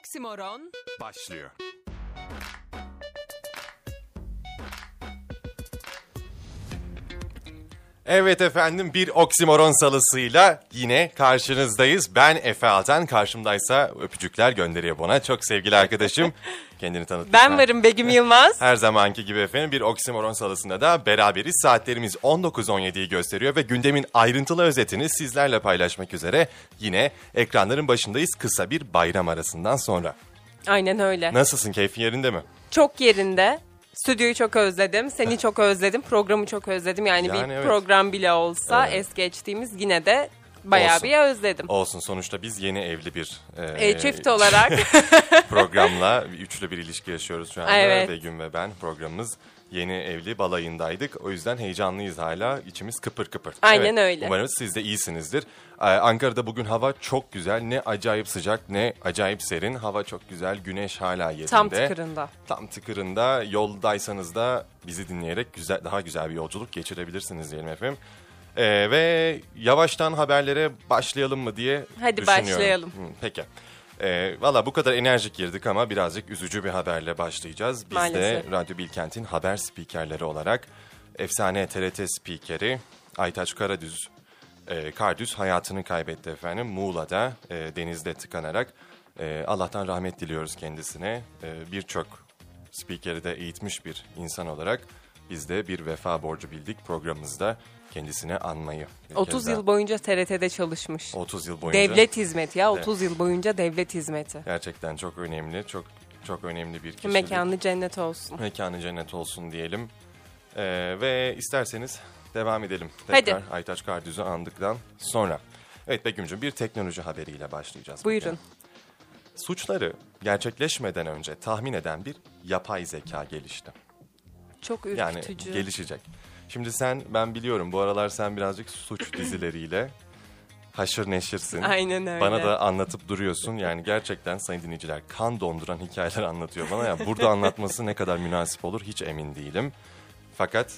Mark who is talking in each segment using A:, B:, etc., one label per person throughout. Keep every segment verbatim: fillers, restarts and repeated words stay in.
A: Oksimoron
B: başlıyor. Evet efendim, bir oksimoron salısıyla yine karşınızdayız. Ben Efe Altan, karşımdaysa öpücükler gönderiyor bana. Çok sevgili arkadaşım. Kendini tanıt lütfen.
C: Ben varım Begüm Yılmaz.
B: Her zamanki gibi efendim bir oksimoron salısında da beraberiz. Saatlerimiz on dokuz on yediyi gösteriyor ve gündemin ayrıntılı özetini sizlerle paylaşmak üzere yine ekranların başındayız kısa bir bayram arasından sonra.
C: Aynen öyle.
B: Nasılsın, keyfin yerinde mi?
C: Çok yerinde. Stüdyoyu çok özledim. Seni çok özledim. Programı çok özledim. Yani,
B: Yani
C: bir
B: evet.
C: program bile olsa
B: Evet.
C: es geçtiğimiz yine de bayağı
B: Olsun.
C: bir özledim.
B: Olsun, sonuçta biz yeni evli bir e,
C: E, çift olarak.
B: programla üçlü bir ilişki yaşıyoruz şu anda.
C: Evet.
B: Begüm ve ben, programımız yeni evli balayındaydık. O yüzden heyecanlıyız hala. İçimiz kıpır kıpır.
C: Aynen öyle.
B: Umarım siz de iyisinizdir. Ee, Ankara'da bugün hava çok güzel. Ne acayip sıcak ne acayip serin. Hava çok güzel. Güneş hala yerinde.
C: Tam tıkırında.
B: Tam tıkırında. Yoldaysanız da bizi dinleyerek güzel, daha güzel bir yolculuk geçirebilirsiniz diyelim efendim. Ee, ve yavaştan haberlere başlayalım mı diye
C: Hadi
B: düşünüyorum.
C: başlayalım.
B: Hı, peki. Ee, Valla bu kadar enerjik girdik ama birazcık üzücü bir haberle başlayacağız. Biz
C: Maalesef.
B: de Radyo Bilkent'in haber spikerleri olarak efsane T R T spikeri Aytaç Karadüz, e, Kardüz hayatını kaybetti efendim. Muğla'da e, denizde tıkanarak e, Allah'tan rahmet diliyoruz kendisine. E, Birçok spikeri de eğitmiş bir insan olarak biz de bir vefa borcu bildik programımızda kendisine anmayı. Bir
C: otuz
B: kez daha.
C: yıl boyunca T R T'de çalışmış.
B: otuz yıl boyunca.
C: Devlet hizmeti ya. otuz yıl boyunca devlet hizmeti.
B: Gerçekten çok önemli, çok çok önemli bir kişilik.
C: Mekanı cennet olsun.
B: Mekanı cennet olsun diyelim. Ee, ve isterseniz devam edelim.
C: Hadi.
B: Tekrar Aytaç Kardüz'ü andıktan sonra. Evet Begüm'cüğüm, bir teknoloji haberiyle başlayacağız.
C: Buyurun.
B: bugün. Suçları gerçekleşmeden önce tahmin eden bir yapay zeka gelişti.
C: Çok
B: Yani
C: ürkütücü.
B: gelişecek. Şimdi sen, ben biliyorum bu aralar sen birazcık suç dizileriyle haşır neşirsin.
C: Aynen öyle.
B: Bana da anlatıp duruyorsun. Yani gerçekten sayın dinleyiciler, kan donduran hikayeler anlatıyor bana. Ya burada anlatması ne kadar münasip olur hiç emin değilim. Fakat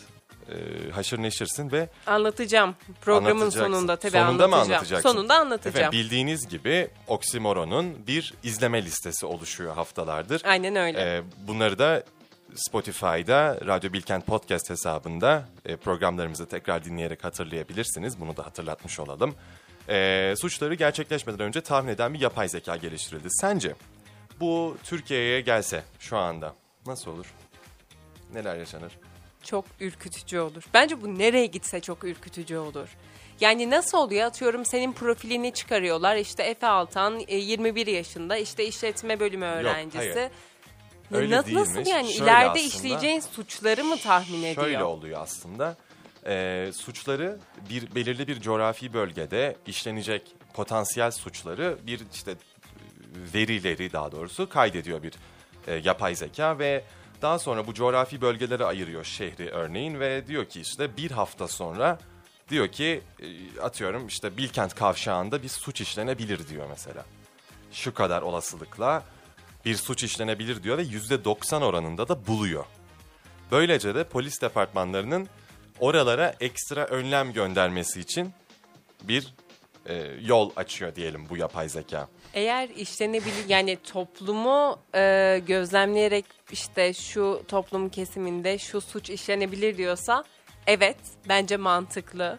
B: e, haşır neşirsin ve
C: Anlatacağım. Programın
B: anlatacaksın.
C: sonunda tabii
B: Sonunda mı
C: anlatacağım.
B: anlatacaksın?
C: Sonunda anlatacağım.
B: Efendim, bildiğiniz gibi Oksimoron'un bir izleme listesi oluşuyor haftalardır.
C: Aynen öyle.
B: Ee, bunları da Spotify'da, Radyo Bilkent Podcast hesabında e, programlarımızı tekrar dinleyerek hatırlayabilirsiniz. Bunu da hatırlatmış olalım. Ee, suçları gerçekleşmeden önce tahmin eden bir yapay zeka geliştirildi. Sence bu Türkiye'ye gelse şu anda nasıl olur? Neler yaşanır?
C: Çok ürkütücü olur. Bence bu nereye gitse çok ürkütücü olur. Yani nasıl oluyor? Atıyorum senin profilini çıkarıyorlar. İşte Efe Altan yirmi bir yaşında, işte işletme bölümü öğrencisi.
B: hayır.
C: Ya
B: Öyle
C: na-
B: değilmiş.
C: Nasıl yani?
B: Şöyle
C: İleride
B: aslında.
C: işleyeceğin suçları mı tahmin ediyor?
B: Şöyle oluyor aslında. Ee, suçları bir belirli bir coğrafi bölgede işlenecek potansiyel suçları bir işte verileri daha doğrusu kaydediyor bir e, yapay zeka ve daha sonra bu coğrafi bölgelere ayırıyor şehri örneğin ve diyor ki işte bir hafta sonra diyor ki e, atıyorum işte Bilkent kavşağında bir suç işlenebilir diyor mesela. Şu kadar olasılıkla bir suç işlenebilir diyor ve yüzde doksan oranında da buluyor. Böylece de polis departmanlarının oralara ekstra önlem göndermesi için bir e, yol açıyor diyelim bu yapay zeka.
C: Eğer işlenebilir yani toplumu e, gözlemleyerek işte şu toplum kesiminde şu suç işlenebilir diyorsa evet bence mantıklı.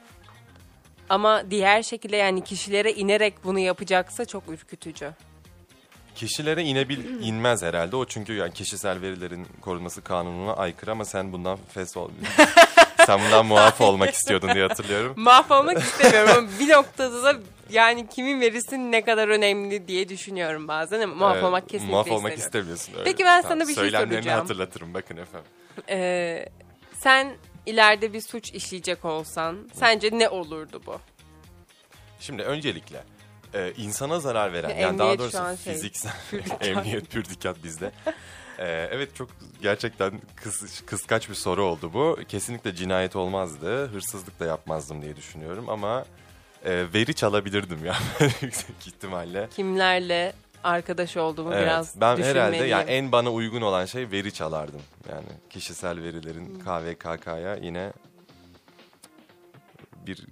C: Ama diğer şekilde yani kişilere inerek bunu yapacaksa çok ürkütücü.
B: Kişilere inebil inmez herhalde o, çünkü yani kişisel verilerin korunması kanununa aykırı ama sen bundan fes ol. Sen bundan muaf olmak istiyordun diye hatırlıyorum.
C: Mahvolmak istemiyorum ama bir noktada da yani kimin verisi ne kadar önemli diye düşünüyorum bazen ama mahvolmak
B: Ee,
C: kesinlikle
B: Mahvolmak
C: istemiyorum.
B: istemiyorsun. Öyle.
C: Peki ben
B: Tamam,
C: sana bir şey
B: söylemlerini
C: soracağım.
B: hatırlatırım bakın efendim.
C: Ee, sen ileride bir suç işleyecek olsan sence ne olurdu bu?
B: Şimdi öncelikle e, insana zarar veren, yani
C: Emniyet
B: daha
C: şu
B: doğrusu
C: an şey,
B: fiziksel
C: pürdikat.
B: emniyet pürdikat bizde. Ee, evet, çok gerçekten kıs, kıskaç bir soru oldu bu. Kesinlikle cinayet olmazdı, hırsızlık da yapmazdım diye düşünüyorum ama e, veri çalabilirdim ya yüksek ihtimalle.
C: Kimlerle arkadaş olduğumu
B: Evet,
C: biraz
B: ben
C: düşünmeliyim.
B: herhalde yani en bana uygun olan şey veri çalardım. Yani kişisel verilerin K V K K'ya yine bir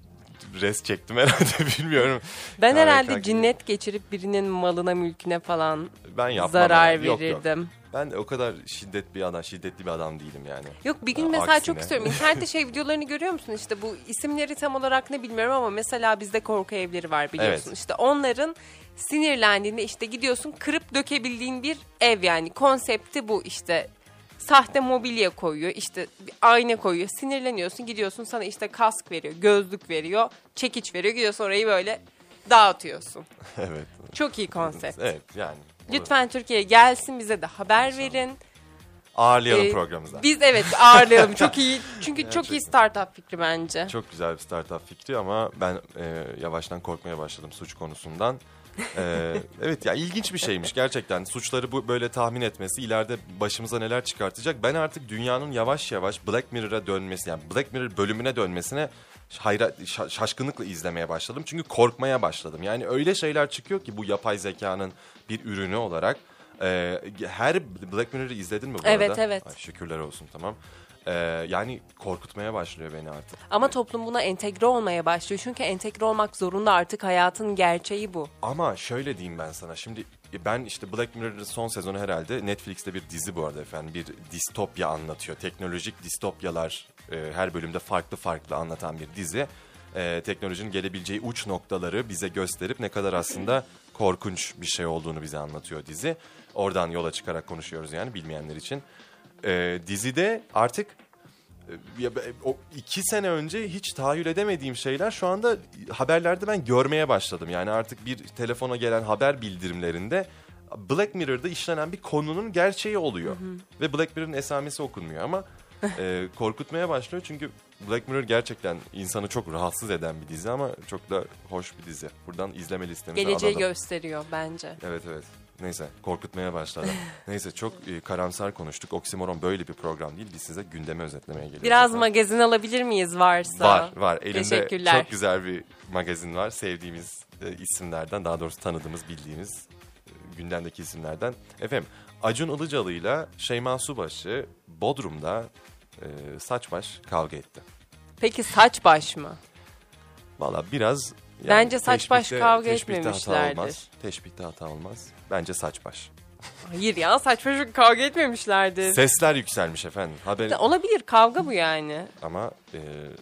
B: res çektim herhalde bilmiyorum.
C: Ben
B: Kahve
C: herhalde
B: kanki.
C: cinnet geçirip birinin malına mülküne falan
B: Ben yapmam.
C: zarar
B: yani. Yok,
C: verirdim.
B: Yok. Ben o kadar şiddet bir adam, şiddetli bir adam değilim yani.
C: Yok bir gün
B: Ya,
C: mesela
B: aksine.
C: çok istiyorum. İnternette şey videolarını görüyor musun? İşte bu isimleri tam olarak ne bilmiyorum ama mesela bizde korku evleri var biliyorsun.
B: Evet.
C: İşte onların sinirlendiğinde işte gidiyorsun kırıp dökebildiğin bir ev yani. Konsepti bu işte. Sahte mobilya koyuyor, işte bir ayna koyuyor. Sinirleniyorsun, gidiyorsun sana işte kask veriyor, gözlük veriyor, çekiç veriyor. Gidiyorsun orayı böyle dağıtıyorsun.
B: Evet.
C: Çok iyi konsept.
B: Evet yani.
C: Lütfen Türkiye'ye gelsin bize de haber verin.
B: Ağırlayalım
C: Ee,
B: programımızda.
C: Biz evet ağırlayalım. Çok iyi. Çünkü çok
B: Gerçekten.
C: iyi startup fikri bence.
B: Çok güzel bir startup fikri ama ben e, yavaştan korkmaya başladım suç konusundan. Ee, evet ya ilginç bir şeymiş gerçekten. Suçları bu böyle tahmin etmesi ileride başımıza neler çıkartacak. Ben artık dünyanın yavaş yavaş Black Mirror'a dönmesi yani Black Mirror bölümüne dönmesine hayra, şa- şaşkınlıkla izlemeye başladım. Çünkü korkmaya başladım. Yani öyle şeyler çıkıyor ki bu yapay zekanın bir ürünü olarak. Ee, her Black Mirror'ı izledin mi bu
C: Evet,
B: arada?
C: evet.
B: Ay, şükürler olsun tamam. Ee, yani korkutmaya başlıyor beni artık.
C: Ama toplum buna entegre olmaya başlıyor. Çünkü entegre olmak zorunda artık hayatın gerçeği bu.
B: Ama şöyle diyeyim ben sana. Şimdi ben işte Black Mirror'ın son sezonu herhalde Netflix'te bir dizi bu arada efendim. Bir distopya anlatıyor. Teknolojik distopyalar e, her bölümde farklı farklı anlatan bir dizi. E, teknolojinin gelebileceği uç noktaları bize gösterip ne kadar aslında korkunç bir şey olduğunu bize anlatıyor dizi. Oradan yola çıkarak konuşuyoruz yani bilmeyenler için. E, dizide artık ya, o iki sene önce hiç tahayyül edemediğim şeyler şu anda haberlerde ben görmeye başladım. Yani artık bir telefona gelen haber bildirimlerinde Black Mirror'da işlenen bir konunun gerçeği oluyor. Hı hı. Ve Black Mirror'ın esamesi okunmuyor ama e, korkutmaya başlıyor. Çünkü Black Mirror gerçekten insanı çok rahatsız eden bir dizi ama çok da hoş bir dizi. Buradan izleme listemize
C: Geleceği
B: alalım.
C: gösteriyor bence.
B: Evet evet. Neyse korkutmaya başladı. Neyse çok e, karamsar konuştuk. Oksimoron böyle bir program değil. Biz size gündemi özetlemeye geliyoruz.
C: Biraz
B: efendim.
C: magazin alabilir miyiz varsa?
B: Var var. Elimde
C: Teşekkürler.
B: çok güzel bir magazin var. Sevdiğimiz e, isimlerden daha doğrusu tanıdığımız bildiğimiz e, gündemdeki isimlerden. Efendim Acun Ilıcalı ile Şeyma Subaşı Bodrum'da e, saç baş kavga etti.
C: Peki saç baş mı?
B: Valla biraz... Yani
C: Bence saç baş
B: teşbihte-
C: kavga
B: teşbihte
C: etmemişlerdir.
B: Hata olmaz. Teşbihte hata olmaz. Bence saç baş.
C: Hayır ya saç baş kavga etmemişlerdir.
B: Sesler yükselmiş efendim. Haber...
C: Olabilir kavga bu yani.
B: Ama e,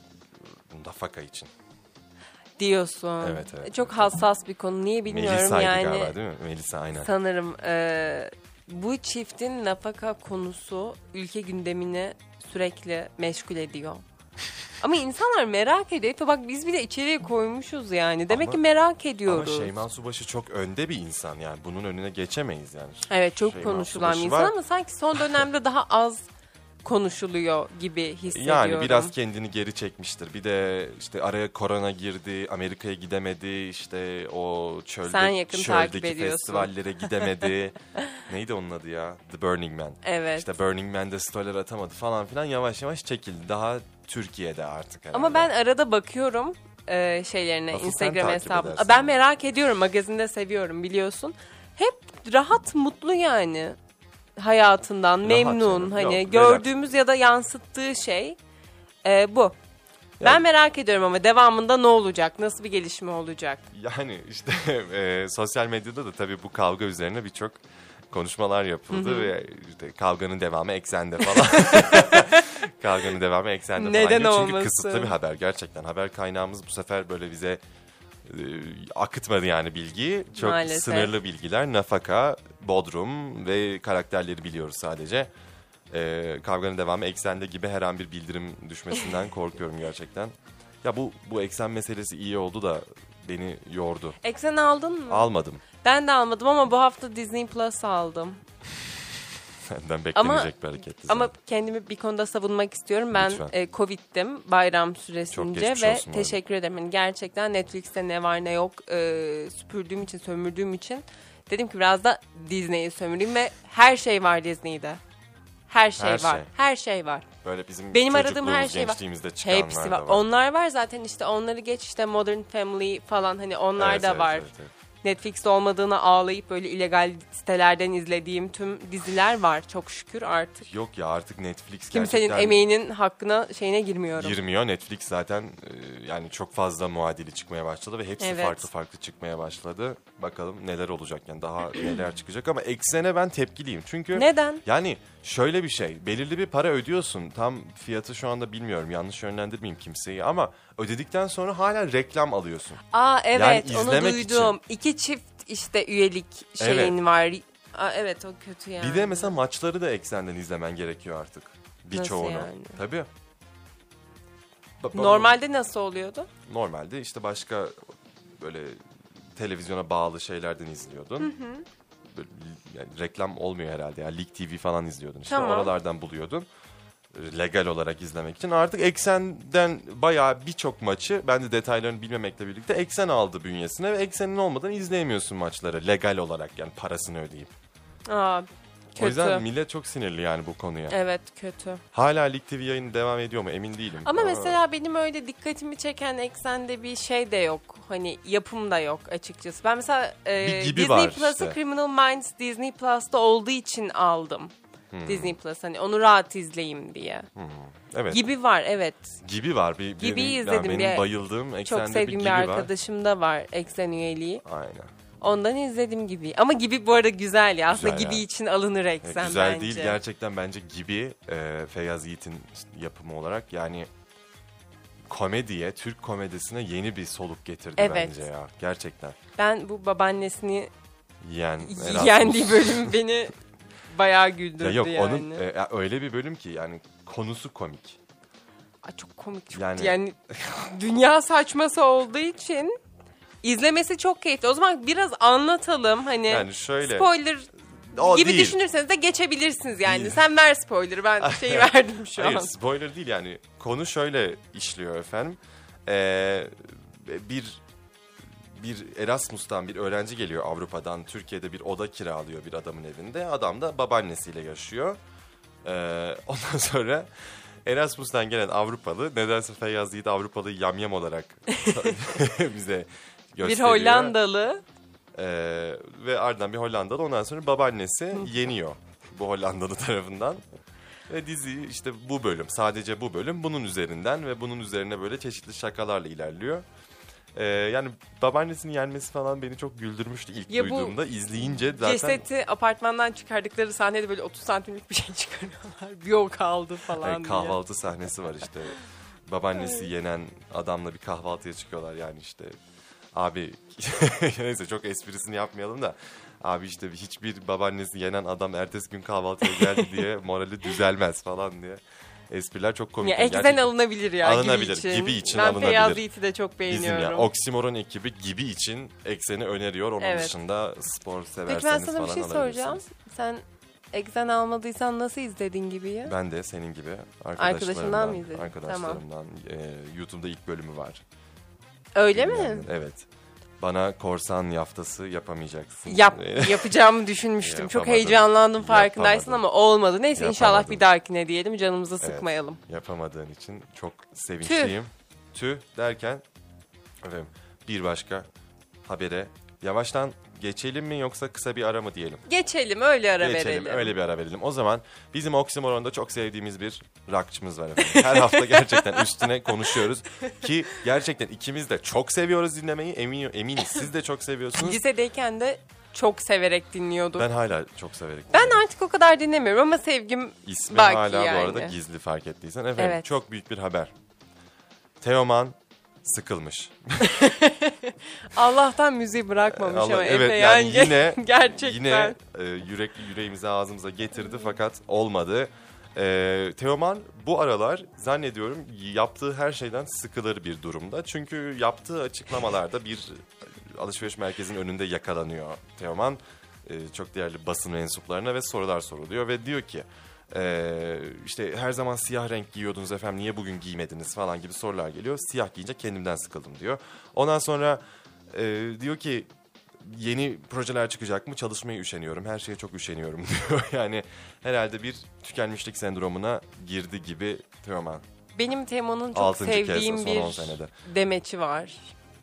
B: nafaka için.
C: Diyorsun.
B: Evet, evet.
C: Çok hassas bir konu. Niye bilmiyorum
B: Melisa'ydı
C: yani.
B: galiba değil mi? Melisa aynen.
C: Sanırım e, bu çiftin nafaka konusu ülke gündemini sürekli meşgul ediyor. Ama insanlar merak ediyor. Efe bak biz bile içeriye koymuşuz yani. Demek
B: Ama-
C: ki merak ediyoruz.
B: Ama Şeyma Subaşı çok önde bir insan yani. Bunun önüne geçemeyiz yani.
C: Evet çok
B: Şeyma
C: konuşulan bir
B: Subaşı
C: insan
B: var.
C: ama sanki son dönemde daha az konuşuluyor gibi hissediyorum.
B: Yani biraz kendini geri çekmiştir. Bir de işte araya korona girdi, Amerika'ya gidemedi, işte o çölde,
C: Sen yakın takip
B: çöldeki
C: ediyorsun.
B: festivallere gidemedi. Neydi onun adı ya? The Burning Man.
C: Evet.
B: İşte Burning Man'de storyler atamadı falan filan yavaş yavaş çekildi. Daha Türkiye'de artık herhalde.
C: Ama ben arada bakıyorum e, şeylerine,
B: Asıl sen
C: Instagram
B: takip
C: hesabına.
B: edersin.
C: Ben merak ediyorum, magazinde seviyorum biliyorsun. Hep rahat, mutlu yani hayatından, memnun.
B: canım,
C: Hani
B: yok,
C: gördüğümüz ya da yansıttığı şey e, bu. Ben
B: Yani-
C: merak ediyorum ama devamında ne olacak, nasıl bir gelişme olacak?
B: Yani işte e, sosyal medyada da tabii bu kavga üzerine birçok konuşmalar yapıldı ve işte kavganın devamı eksende falan. Kavganın devamı eksende
C: Neden
B: falan. Çünkü
C: olmasın?
B: kısıtlı bir haber gerçekten. Haber kaynağımız bu sefer böyle bize e, akıtmadı yani bilgiyi. Çok
C: Maalesef.
B: sınırlı bilgiler. Nafaka, Bodrum ve karakterleri biliyoruz sadece. E, kavganın devamı eksende gibi her an bir bildirim düşmesinden korkuyorum gerçekten. Ya bu bu eksen meselesi iyi oldu da beni yordu.
C: Eksen aldın mı?
B: Almadım.
C: Ben de almadım ama bu hafta Disney Plus aldım.
B: Senden beklenecek bir hareketti.
C: Ama kendimi bir konuda savunmak istiyorum. Ben
B: Lütfen.
C: e, Covid'dim bayram
B: Çok
C: süresince
B: geçmiş
C: ve
B: olsun bu arada.
C: teşekkür ederim. Yani gerçekten Netflix'te ne var ne yok e, süpürdüğüm için, sömürdüğüm için dedim ki biraz da Disney'i sömüreyim ve her şey var Disney'de. Her şey
B: Her
C: var.
B: şey.
C: Her şey var.
B: Böyle bizim
C: Benim aradığım her
B: çocukluğumuz,
C: şey var.
B: gençliğimizde çıkanlar
C: Hepsi
B: da
C: var.
B: var.
C: Onlar var zaten işte onları geç işte Modern Family falan hani onlar
B: Evet,
C: da
B: evet,
C: var.
B: evet, evet.
C: Netflix'te olmadığına ağlayıp böyle illegal sitelerden izlediğim tüm diziler var çok şükür artık.
B: Yok ya artık Netflix
C: Kimsenin
B: gerçekten
C: emeğinin hakkına şeyine girmiyorum.
B: girmiyor. Netflix zaten e, yani çok fazla muadili çıkmaya başladı ve hepsi
C: Evet.
B: farklı farklı çıkmaya başladı. Bakalım neler olacak yani daha neler çıkacak ama Eksen'e ben tepkiliyim. Çünkü
C: Neden?
B: yani şöyle bir şey, belirli bir para ödüyorsun. Tam fiyatı şu anda bilmiyorum, yanlış yönlendirmeyeyim kimseyi ama ödedikten sonra hala reklam alıyorsun.
C: Aa evet
B: Yani
C: onu
B: izlemek
C: duydum. İki çift işte üyelik şeyin
B: Evet.
C: var. Aa, evet o kötü yani.
B: Bir de mesela maçları da Eksen'den izlemen gerekiyor artık. Birçoğunu.
C: yani?
B: Tabii. Ba- ba-
C: Normalde nasıl oluyordu?
B: Normalde işte başka böyle televizyona bağlı şeylerden izliyordun. Böyle, yani reklam olmuyor herhalde. Yani Lig T V falan izliyordun işte.
C: Tamam.
B: Oralardan buluyordun. Legal olarak izlemek için. Artık Eksen'den bayağı birçok maçı, ben de detaylarını bilmemekle birlikte Eksen aldı bünyesine ve Eksen'in olmadan izleyemiyorsun maçları legal olarak, yani parasını ödeyip.
C: Aa kötü.
B: O yüzden millet çok sinirli yani bu konuya.
C: Evet kötü.
B: Hala Lig T V yayını devam ediyor mu emin değilim.
C: Ama mesela benim öyle dikkatimi çeken Eksen'de bir şey de yok. Hani yapım da yok açıkçası. Ben mesela e,
B: Bir gibi
C: Disney
B: var
C: Plus'ı
B: işte.
C: Criminal Minds Disney Plus'ta olduğu için aldım.
B: Hmm.
C: Disney Plus hani onu rahat izleyeyim diye.
B: Evet.
C: Gibi var evet.
B: Gibi var. Bir,
C: Gibi'yi
B: benim,
C: izledim.
B: yani benim
C: Bir-
B: bayıldığım Eksen'de
C: Çok sevdiğim
B: bir
C: bir,
B: Gibi
C: arkadaşım da var Eksen üyeliği.
B: var. Aynen.
C: Ondan izledim Gibi. Ama Gibi bu arada güzel ya. Aslında
B: Güzel
C: Gibi
B: ya.
C: için alınır
B: E,
C: Eksen
B: güzel
C: bence.
B: değil gerçekten, bence Gibi e, Feyyaz Yiğit'in yapımı olarak yani komediye, Türk komedisine yeni bir soluk getirdi
C: Evet.
B: bence ya. Gerçekten.
C: Ben bu babaannesini
B: Yiyen Erasmus.
C: yendiği bölüm beni bayağı güldürdü
B: Ya yok
C: yani.
B: onun e, ya öyle bir bölüm ki yani konusu komik.
C: Ay çok komik çok
B: Yani-
C: yani, dünya saçması olduğu için izlemesi çok keyifli. O zaman biraz anlatalım hani
B: Yani şöyle.
C: spoiler
B: O
C: gibi
B: değil.
C: düşünürseniz de geçebilirsiniz yani.
B: Değil.
C: Sen ver spoiler'ı ben şeyi verdim şu
B: Hayır
C: an.
B: spoiler değil yani. Konu şöyle işliyor efendim. Ee, bir bir Erasmus'tan bir öğrenci geliyor Avrupa'dan. Türkiye'de bir oda kiralıyor bir adamın evinde. Adam da babaannesiyle yaşıyor. Ee, ondan sonra Erasmus'tan gelen Avrupalı, nedense Feyyaz Yiğit Avrupalı yamyam olarak bize
C: Bir
B: gösteriyor.
C: Hollandalı
B: Ee, ve ardından bir Hollandalı, ondan sonra babaannesi yeniyor bu Hollandalı tarafından. Ve dizi işte bu bölüm, sadece bu bölüm bunun üzerinden ve bunun üzerine böyle çeşitli şakalarla ilerliyor. Ee, yani babaannesinin yenmesi falan beni çok güldürmüştü ilk
C: Ya bu
B: duyduğumda. İzleyince zaten
C: ceseti apartmandan çıkardıkları sahnede böyle otuz santimlik bir şey çıkarıyorlar. Bir o kaldı falan
B: yani
C: diye.
B: kahvaltı sahnesi var işte. Babaannesi yenen adamla bir kahvaltıya çıkıyorlar yani işte. Abi neyse çok esprisini yapmayalım da. Abi işte hiçbir babaannesi yenen adam ertesi gün kahvaltıya geldi diye morali düzelmez falan diye. Espriler çok komik.
C: Ya
B: Yani
C: Eksen
B: gerçekten
C: alınabilir ya
B: Alınabilir,
C: Gibi için.
B: Gibi için
C: ben
B: alınabilir.
C: Feyyaz Yiğit'i de çok
B: Bizim
C: beğeniyorum.
B: ya Oksimoron ekibi Gibi için Eksen'i öneriyor. Onun
C: Evet.
B: dışında spor severseniz
C: Peki ben sana
B: falan
C: bir şey
B: alabilirsiniz.
C: soracağım. Sen Eksen almadıysan nasıl izledin Gibi'yi?
B: Ben de senin gibi
C: Arkadaşından
B: arkadaşlarımdan,
C: mı izledin?
B: arkadaşlarımdan e, YouTube'da ilk bölümü var.
C: Öyle mi?
B: Yani, evet. Bana korsan yaftası yapamayacaksın.
C: Yap, yapacağımı düşünmüştüm. Çok
B: Yapamadım.
C: heyecanlandım farkındaysın
B: Yapamadım.
C: ama olmadı. Neyse inşallah
B: Yapamadım.
C: bir dahakine diyelim canımızı sıkmayalım.
B: Yapamadığın için çok sevinçliyim. Tüh, derken efendim, bir başka habere yavaştan geçelim mi yoksa kısa bir ara mı diyelim?
C: Geçelim öyle ara
B: Geçelim,
C: verelim.
B: öyle bir ara verelim. O zaman bizim Oksimoron'da çok sevdiğimiz bir rockçımız var efendim. Her hafta gerçekten üstüne konuşuyoruz. Ki gerçekten ikimiz de çok seviyoruz dinlemeyi. Emin, eminiz siz de çok seviyorsunuz.
C: Lisedeyken de çok severek dinliyordum.
B: Ben
C: Ben,
B: hala çok severek
C: artık o kadar dinlemiyorum ama sevgim
B: İsmi
C: baki
B: hala
C: yani.
B: bu arada gizli, fark ettiysen. Efendim
C: Evet.
B: çok büyük bir haber. Teoman sıkılmış.
C: Allah'tan müziği bırakmamış
B: Allah-
C: ama
B: evet,
C: Efe
B: yani
C: yani,
B: yine
C: gerçekten.
B: yine e, yürekli yüreğimizi ağzımıza getirdi fakat olmadı. E, Teoman bu aralar zannediyorum yaptığı her şeyden sıkılır bir durumda. Çünkü yaptığı açıklamalarda bir alışveriş merkezinin önünde yakalanıyor Teoman. E, çok değerli basın mensuplarına ve sorular soruluyor ve diyor ki e, işte her zaman siyah renk giyiyordunuz efendim, niye bugün giymediniz falan gibi sorular geliyor. Siyah giyince kendimden sıkıldım diyor. Ondan sonra e, diyor ki yeni projeler çıkacak mı? Çalışmaya üşeniyorum. Her şeye çok üşeniyorum diyor. Yani herhalde bir tükenmişlik sendromuna girdi gibi Teoman.
C: Benim Teoman'ın çok
B: Altıncı kez
C: sevdiğim
B: son
C: bir
B: on senede.
C: demeçi var.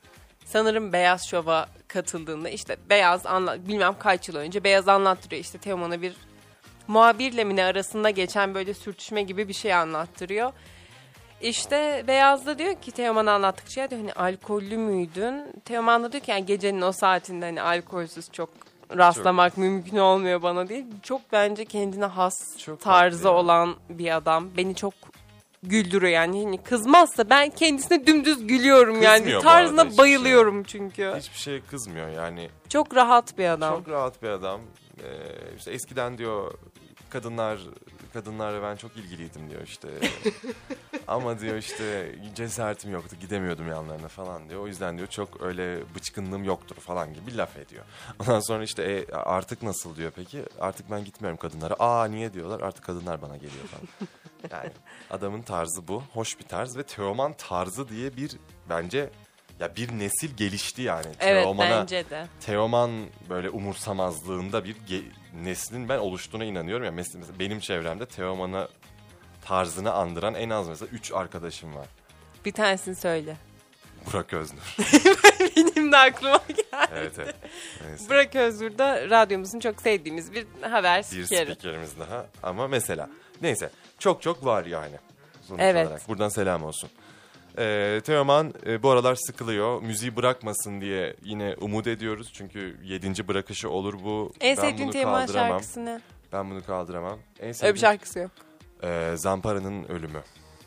C: sanırım Beyaz Şov'a katıldığında işte Beyaz anla bilmem kaç yıl önce Beyaz anlattırıyor işte Teoman'a bir muhabirle mi ne arasında geçen böyle sürtüşme gibi bir şey anlattırıyor. İşte Beyaz da diyor ki Teoman'a anlattıkça ya diyor hani alkollü müydün? Teoman da diyor ki yani gecenin o saatinde hani alkolsüz çok rastlamak çok mümkün olmuyor bana diye. Çok bence kendine has çok tarzı olan bir adam. Beni çok güldürüyor yani. yani kızmazsa ben kendisine dümdüz gülüyorum kızmıyor yani. Tarzına bayılıyorum şey. çünkü.
B: Hiçbir şey kızmıyor yani.
C: Çok rahat bir adam.
B: Çok rahat bir adam. Ee, işte eskiden diyor kadınlar kadınlarla ben çok ilgiliydim diyor işte. Ama diyor işte cesaretim yoktu, gidemiyordum yanlarına falan diyor. O yüzden diyor çok öyle bıçkınlığım yoktur falan gibi bir laf ediyor. Ondan sonra işte e, artık nasıl diyor peki? Artık ben gitmiyorum kadınlara. Aa niye diyorlar? Artık kadınlar bana geliyor falan. Yani adamın tarzı bu. Hoş bir tarz ve Teoman tarzı diye bir bence ya bir nesil gelişti yani.
C: Evet
B: Teoman'a,
C: bence de.
B: Teoman böyle umursamazlığında bir ge- neslin ben oluştuğuna inanıyorum. Ya mesela benim çevremde Teoman'a tarzını andıran en az mesela üç arkadaşım var.
C: Bir tanesini söyle.
B: Burak Öznur.
C: Benim de aklıma geldi.
B: Evet evet. Neyse.
C: Burak Öznur da radyomuzun çok sevdiğimiz bir haber
B: bir
C: spikeri.
B: Bir spikerimiz daha ama mesela neyse çok çok var yani. Sonuç
C: evet.
B: olarak. Buradan selam olsun. Ee, Teoman e, bu aralar sıkılıyor. Müziği bırakmasın diye yine umut ediyoruz. Çünkü yedinci bırakışı olur bu.
C: En
B: ben
C: sevdiğin Teoman şarkısı ne?
B: Ben bunu kaldıramam. En
C: sevdiğin... Öyle bir şarkısı yok.
B: Ee, Zampara'nın Ölümü.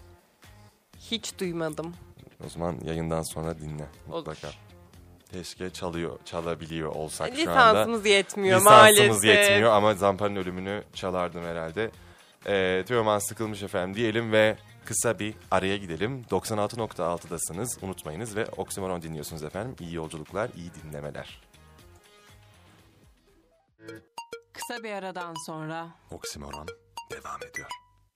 C: Hiç duymadım.
B: O zaman yayından sonra dinle mutlaka.
C: Olur.
B: Keşke çalıyor, çalabiliyor olsak
C: Lisansımız
B: şu anda.
C: Lisansımız yetmiyor
B: Lisansımız
C: maalesef.
B: Lisansımız yetmiyor ama Zampara'nın Ölümünü çalardım herhalde. Ee, Teoman sıkılmış efendim diyelim ve kısa bir araya gidelim. doksan altı nokta altıdasınız unutmayınız ve Oksimoron dinliyorsunuz efendim. İyi yolculuklar, iyi dinlemeler.
C: Kısa bir aradan sonra
B: Oksimoron devam ediyor.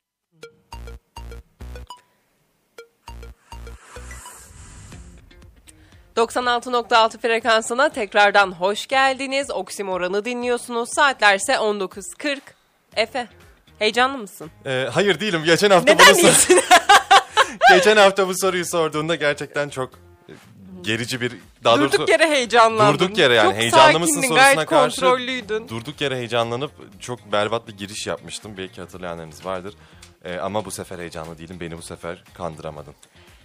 C: doksan altı nokta altı frekansına tekrardan hoş geldiniz. Oksimoron'u dinliyorsunuz. Saatlerse on dokuz kırk. Efe, heyecanlı mısın?
B: Ee, hayır değilim. Geçen hafta
C: Neden
B: bunu
C: değilsin?
B: Geçen hafta bu soruyu sorduğunda gerçekten çok gerici bir... Daha
C: durduk
B: doğrusu,
C: yere heyecanlandın.
B: Durduk yere yani.
C: Çok
B: Heyecanlı mısın
C: sakindin,
B: sorusuna karşı
C: kontrollüydün.
B: Durduk yere heyecanlanıp çok berbat bir giriş yapmıştım. Belki hatırlayanlarınız vardır. Ee, ama bu sefer heyecanlı değilim. Beni bu sefer kandıramadın.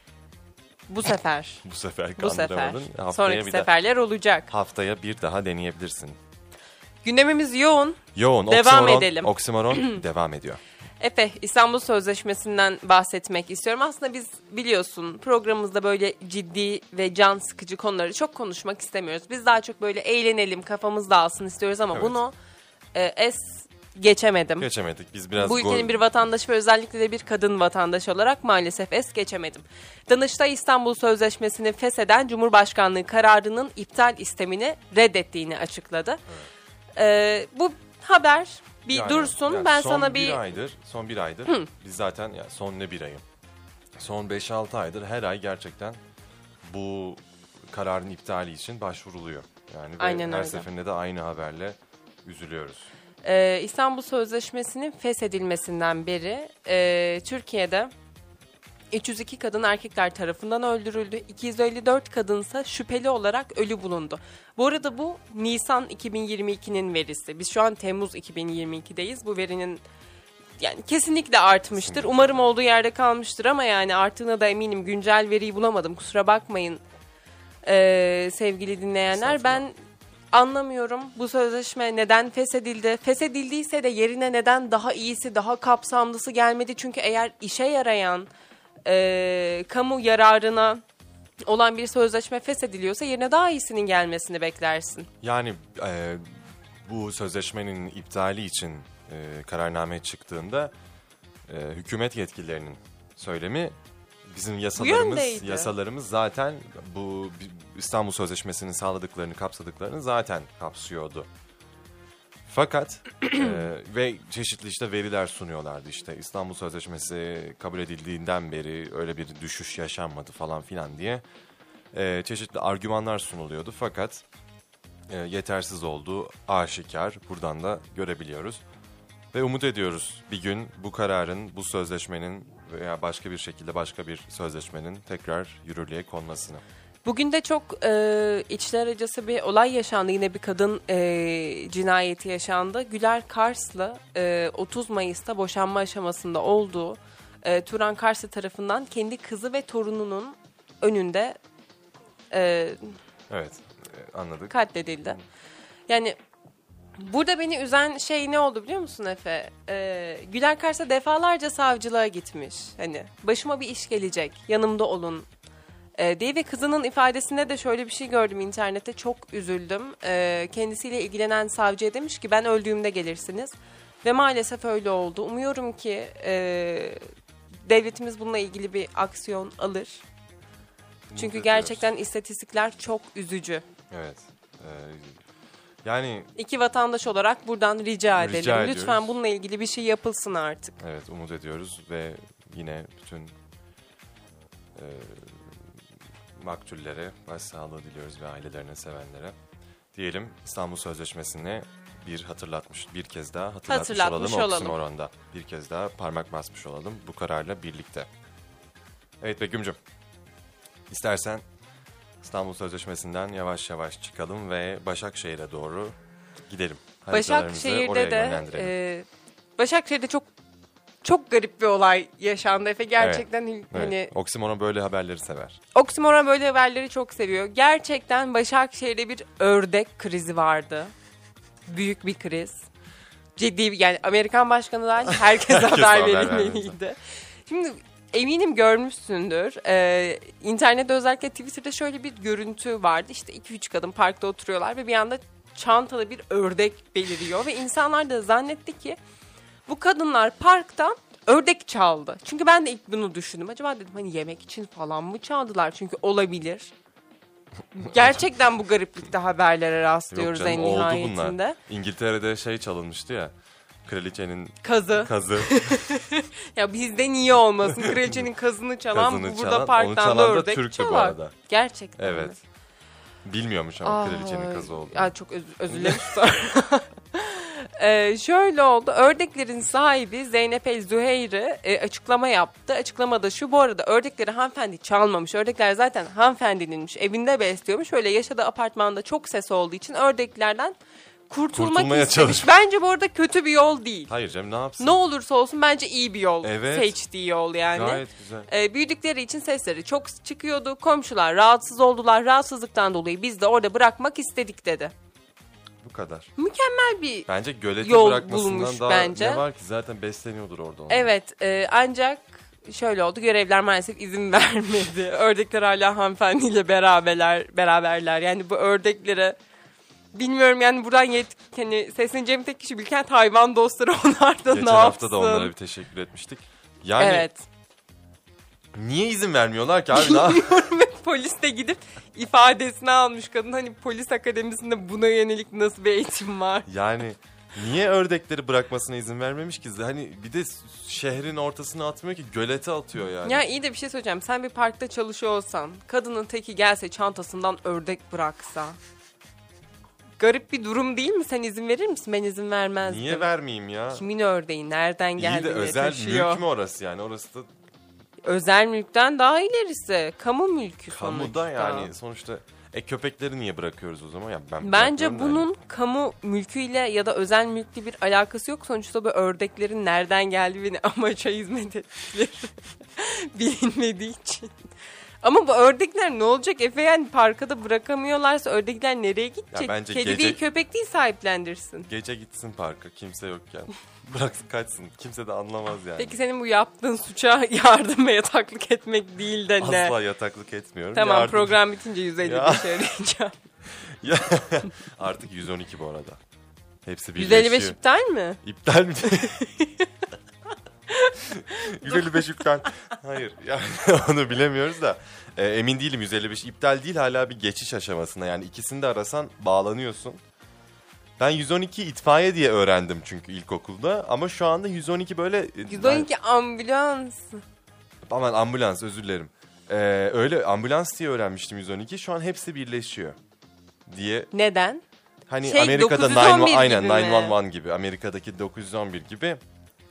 C: Bu sefer.
B: bu sefer
C: bu sefer.
B: kandıramadın. Haftaya
C: Sonraki
B: bir
C: seferler
B: da,
C: olacak.
B: Haftaya bir daha deneyebilirsin.
C: Gündemimiz yoğun.
B: Yoğun.
C: Devam
B: oksimoron,
C: edelim.
B: Oksimoron devam ediyor.
C: Efe, İstanbul Sözleşmesi'nden bahsetmek istiyorum. Aslında biz biliyorsun programımızda böyle ciddi ve can sıkıcı konuları çok konuşmak istemiyoruz. Biz daha çok böyle eğlenelim, kafamız dağılsın istiyoruz ama evet. bunu e, es geçemedim.
B: Geçemedik. Biz biraz
C: Bu ülkenin
B: gol...
C: bir vatandaşı ve özellikle de bir kadın vatandaş olarak maalesef es geçemedim. Danıştay İstanbul Sözleşmesi'ni fesheden Cumhurbaşkanlığı kararının iptal istemini reddettiğini açıkladı. Evet. E, bu haber... Bir yani, dursun yani ben sana bir...
B: bir aydır, son bir aydır Hı. biz zaten yani son ne bir ayım? Son beş altı aydır her ay gerçekten bu kararın iptali için başvuruluyor. Yani
C: Aynen
B: ve her
C: öyle.
B: seferinde de aynı haberle üzülüyoruz.
C: Ee, İstanbul Sözleşmesi'nin feshedilmesinden beri e, Türkiye'de üç yüz iki kadın erkekler tarafından öldürüldü. iki yüz elli dört kadınsa şüpheli olarak ölü bulundu. Bu arada bu Nisan iki bin yirmi ikinin verisi. Biz şu an Temmuz iki bin yirmi ikideyiz. Bu verinin yani kesinlikle artmıştır. Kesinlikle. Umarım olduğu yerde kalmıştır ama yani arttığına da eminim. Güncel veriyi bulamadım. Kusura bakmayın ee, sevgili dinleyenler. Ben anlamıyorum bu sözleşme neden feshedildi? Feshedildiyse de yerine neden daha iyisi, daha kapsamlısı gelmedi? Çünkü eğer işe yarayan E, kamu yararına olan bir sözleşme feshediliyorsa yerine daha iyisinin gelmesini beklersin.
B: Yani e, bu sözleşmenin iptali için e, kararname çıktığında e, hükümet yetkililerinin söylemi bizim yasalarımız yasalarımız zaten bu İstanbul Sözleşmesi'nin sağladıklarını kapsadıklarını zaten kapsıyordu. Fakat e, ve çeşitli işte veriler sunuyorlardı işte İstanbul Sözleşmesi kabul edildiğinden beri öyle bir düşüş yaşanmadı falan filan diye e, çeşitli argümanlar sunuluyordu fakat e, yetersiz olduğu aşikar buradan da görebiliyoruz ve umut ediyoruz bir gün bu kararın bu sözleşmenin veya başka bir şekilde başka bir sözleşmenin tekrar yürürlüğe konmasını.
C: Bugün de çok e, içler acısı bir olay yaşandı. Yine bir kadın e, cinayeti yaşandı. Güler Karslı e, otuz Mayıs'ta boşanma aşamasında olduğu e, Turan Karslı tarafından kendi kızı ve torununun önünde e,
B: Evet, e, anladık.
C: katledildi. Yani burada beni üzen şey ne oldu biliyor musun Efe? Ee, Güler Kars'a defalarca savcılığa gitmiş. Hani başıma bir iş gelecek, yanımda olun e, diye ve kızının ifadesinde de şöyle bir şey gördüm internette. Çok üzüldüm. E, kendisiyle ilgilenen savcıya demiş ki ben öldüğümde gelirsiniz. Ve maalesef öyle oldu. Umuyorum ki e, devletimiz bununla ilgili bir aksiyon alır. Çünkü
B: Umut
C: gerçekten
B: ediyoruz.
C: istatistikler çok üzücü.
B: Evet. E, yani
C: İki vatandaş olarak buradan rica edelim.
B: Rica
C: Lütfen
B: ediyoruz.
C: bununla ilgili bir şey yapılsın artık.
B: evet, umut ediyoruz ve yine bütün e, maktullere başsağlığı diliyoruz ve ailelerine, sevenlere. Diyelim İstanbul Sözleşmesi'ne bir hatırlatmış, bir kez daha hatırlatmış,
C: Hatırlatmış
B: olalım.
C: olalım.
B: Oksimoron'da bir kez daha parmak basmış olalım bu kararla birlikte. Evet Begüm'cüm, istersen İstanbul Sözleşmesi'nden yavaş yavaş çıkalım ve Başakşehir'e doğru gidelim. Haritalarımızı oraya
C: Başakşehir'de de
B: yönlendirelim.
C: e, Başakşehir'de çok çok garip bir olay yaşandı Efe. Gerçekten
B: Evet.
C: hani
B: Oksimoron böyle haberleri sever.
C: Oksimoron böyle haberleri çok seviyor. Gerçekten Başakşehir'de bir ördek krizi vardı. Büyük bir kriz. Ciddi bir, yani Amerikan başkanı dahil herkese
B: Herkese
C: haber
B: haber
C: verilmeliydi. Şimdi eminim görmüşsündür. Ee, internette özellikle Twitter'da şöyle bir görüntü vardı. İşte iki üç kadın parkta oturuyorlar ve bir anda çantalı bir ördek beliriyor. Ve insanlar da zannetti ki bu kadınlar parktan ördek çaldı. Çünkü ben de ilk bunu düşündüm. Acaba dedim hani yemek için falan mı çaldılar? Çünkü olabilir. Gerçekten bu gariplikte haberlere rastlıyoruz
B: Yok canım,
C: en
B: oldu
C: nihayetinde.
B: bunlar. İngiltere'de şey çalınmıştı ya. Kraliçenin
C: Kazı.
B: kazı.
C: Ya bizde niye olmasın? Kraliçenin kazını çalan
B: Kazını
C: bu burada
B: çalan, onu
C: parktan da
B: çalan da
C: ördek
B: Türktü bu
C: çalar.
B: arada.
C: Gerçekten
B: Evet.
C: mi?
B: Bilmiyormuş ama
C: Ay,
B: kraliçenin kazı oldu.
C: Ya çok öz, özür dilerim sonra. Ee, şöyle oldu. Ördeklerin sahibi Zeynep El Züheyri e, açıklama yaptı. Açıklamada şu: bu arada ördekleri hanımefendi çalmamış. Ördekler zaten hanımefendininmiş. Evinde besliyormuş. Öyle yaşadığı apartmanda çok ses olduğu için ördeklerden kurtulmak
B: Kurtulmaya
C: istemiş.
B: çalışmış.
C: Bence bu arada kötü bir yol değil.
B: Hayır canım, ne yapsın?
C: Ne olursa olsun bence iyi bir yol.
B: Evet.
C: Seçtiği yol yani.
B: Gayet güzel.
C: Ee, büyüdükleri için sesleri çok çıkıyordu. Komşular rahatsız oldular. Rahatsızlıktan dolayı biz de orada bırakmak istedik dedi.
B: Bu kadar.
C: Mükemmel bir
B: Bence gölete
C: Yol
B: bırakmasından
C: bulmuş
B: daha
C: bence.
B: ne var ki? Zaten besleniyordur orada onlar.
C: Evet, e, ancak şöyle oldu. Görevliler maalesef izin vermedi. Ördekler hala hanımefendiyle beraberler, beraberler. Yani bu ördeklere bilmiyorum yani buradan yet hani sesleneceğim tek kişi Bilkent hayvan dostları, onlar da
B: Geçen
C: ne
B: hafta
C: yapsın?
B: da onlara bir teşekkür etmiştik. Yani
C: Evet.
B: niye izin vermiyorlar ki abi? Ne yap-
C: Polis de gidip ifadesini almış kadın. Hani polis akademisinde buna yönelik nasıl bir eğitim var?
B: Yani niye ördekleri bırakmasına izin vermemiş ki? Hani bir de şehrin ortasına atmıyor ki, gölete atıyor yani.
C: Ya iyi de bir şey söyleyeceğim. Sen bir parkta çalışıyor olsan, kadının teki gelse çantasından ördek bıraksa. Garip bir durum değil mi? Sen izin verir misin? Ben izin vermezdim.
B: Niye vermeyeyim ya?
C: Kimin ördeği? Nereden
B: İyi de
C: geldiğini
B: özel
C: taşıyor.
B: mülk mü orası yani? Orası da
C: Özel mülkten daha ilerisi. Kamu mülkü sonuçta.
B: kamuda yani. Sonuçta e köpekleri niye bırakıyoruz o zaman? Ya ben
C: Bence
B: bırakmıyorum da
C: bunun kamu mülküyle ya da özel mülkle bir alakası yok. Sonuçta bu ördeklerin nereden geldiği ve ne amaça hizmet ettikleri bilinmediği için. Ama bu ördekler ne olacak Efe, yani parka da bırakamıyorlarsa ördekler nereye gidecek?
B: bence
C: Kedi
B: gece-
C: değil köpek değil sahiplendirsin.
B: hani gece gitsin parka, kimse yokken. Bıraksın kaçsın. Kimse de anlamaz yani.
C: Peki senin bu yaptığın suça yardım ve yataklık etmek değil de ne?
B: Asla yataklık etmiyorum.
C: Tamam,
B: Yardım-
C: program bitince yüz elli
B: Ya.
C: beş arayacağım.
B: Ya, artık yüz on iki bu arada. Hepsi
C: yüz
B: birleşiyor.
C: elli beş iptal mi?
B: İptal mi? yüz elli beş iptal. Hayır. Yani onu bilemiyoruz da. E, emin değilim, yüz elli beş iptal değil, hala bir geçiş aşamasında. Yani ikisini de arasan bağlanıyorsun. Ben yüz on iki itfaiye diye öğrendim çünkü ilkokulda. Ama şu anda yüz on iki böyle...
C: yüz on iki ambulans.
B: Aman ambulans, özür dilerim. Ee, öyle ambulans diye öğrenmiştim yüz on iki. Şu an hepsi birleşiyor diye.
C: Neden?
B: Hani
C: Şey,
B: Amerika'da
C: dokuz yüz on bir
B: nine- aynen
C: gibi mi?
B: nine one one gibi. Amerika'daki dokuz yüz on bir gibi.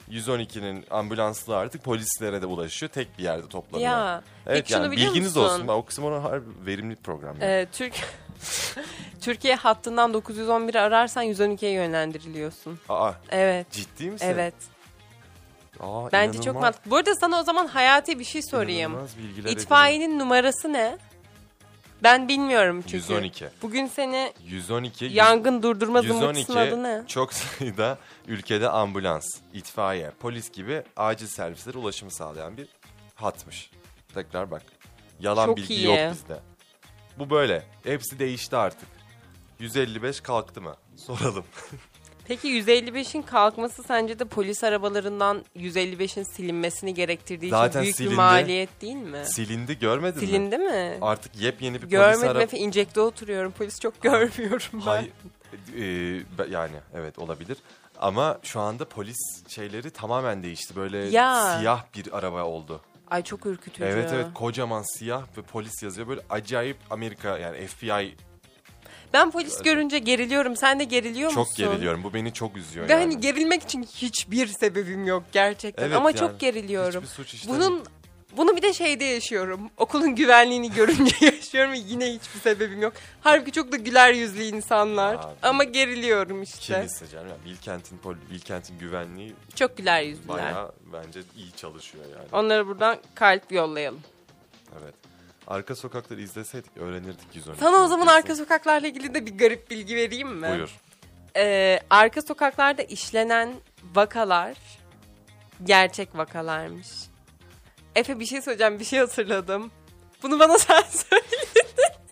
B: yüz on ikinin ambulanslı artık polislere de ulaşıyor. Tek bir yerde toplanıyor.
C: Ya,
B: evet,
C: peki şunu
B: yani
C: biliyor
B: bilginiz
C: musun?
B: olsun. Oksimoron harbi verimli bir program. Yani.
C: Ee, Türk Türkiye hattından dokuz yüz on biri ararsan yüz on ikiye yönlendiriliyorsun.
B: Aa,
C: Evet.
B: ciddi misin?
C: Evet.
B: Aa,
C: Bence çok mantıklı. Bu arada sana o zaman hayati bir şey sorayım.
B: İnanılmaz bilgiler
C: İtfaiyenin numarası ne? Ben bilmiyorum çünkü.
B: yüz on iki.
C: Bugün seni
B: yüz on iki.
C: yangın durdurma
B: yüz on
C: zımbırtısının
B: iki
C: adı ne?
B: çok sayıda ülkede ambulans, itfaiye, polis gibi acil servislere ulaşımı sağlayan bir hatmış. Tekrar bak. Yalan
C: Çok
B: bilgi
C: iyi.
B: yok bizde. Bu böyle. Hepsi değişti artık. yüz elli beş kalktı mı? Soralım.
C: Peki yüz elli beşin kalkması sence de polis arabalarından yüz elli beşin silinmesini gerektirdiği
B: Zaten
C: için büyük
B: silindi.
C: bir maliyet değil mi?
B: Silindi, görmedin mi?
C: Silindi mi?
B: Artık yepyeni bir polis
C: Görmedim
B: araba...
C: Efe, incekte oturuyorum. Polis çok görmüyorum ben.
B: Hayır, e, be- yani evet olabilir. Ama şu anda polis şeyleri tamamen değişti. Böyle
C: Ya.
B: siyah bir araba oldu.
C: Ay çok ürkütücü.
B: Evet evet, kocaman siyah ve polis yazıyor. Böyle acayip Amerika, yani F B I.
C: Ben polis görünce geriliyorum. Sen de geriliyor
B: Çok
C: musun?
B: geriliyorum. Bu beni çok üzüyor
C: Ve
B: yani.
C: hani gerilmek için hiçbir sebebim yok gerçekten.
B: Evet,
C: Ama
B: yani
C: çok geriliyorum.
B: hiçbir suç işlemi-
C: Bunun bunu bir de şeyde yaşıyorum. Okulun güvenliğini görünce yaşıyorum ve yine hiçbir sebebim yok. Halbuki çok da güler yüzlü insanlar.
B: Abi.
C: Ama geriliyorum işte.
B: Kimisi canım. Yani Bilkent'in, pol- Bilkent'in güvenliği
C: Çok güler yüzlüler.
B: bayağı bence iyi çalışıyor yani.
C: Onlara buradan kalp yollayalım.
B: Evet. Arka Sokakları izleseydik öğrenirdik yüz on iki.
C: Sana o zaman
B: Kesin.
C: arka sokaklarla ilgili de bir garip bilgi vereyim mi?
B: Buyur.
C: Ee, arka sokaklarda işlenen vakalar gerçek vakalarmış. Efe bir şey söyleyeceğim, bir şey hatırladım. Bunu bana sen söyledin.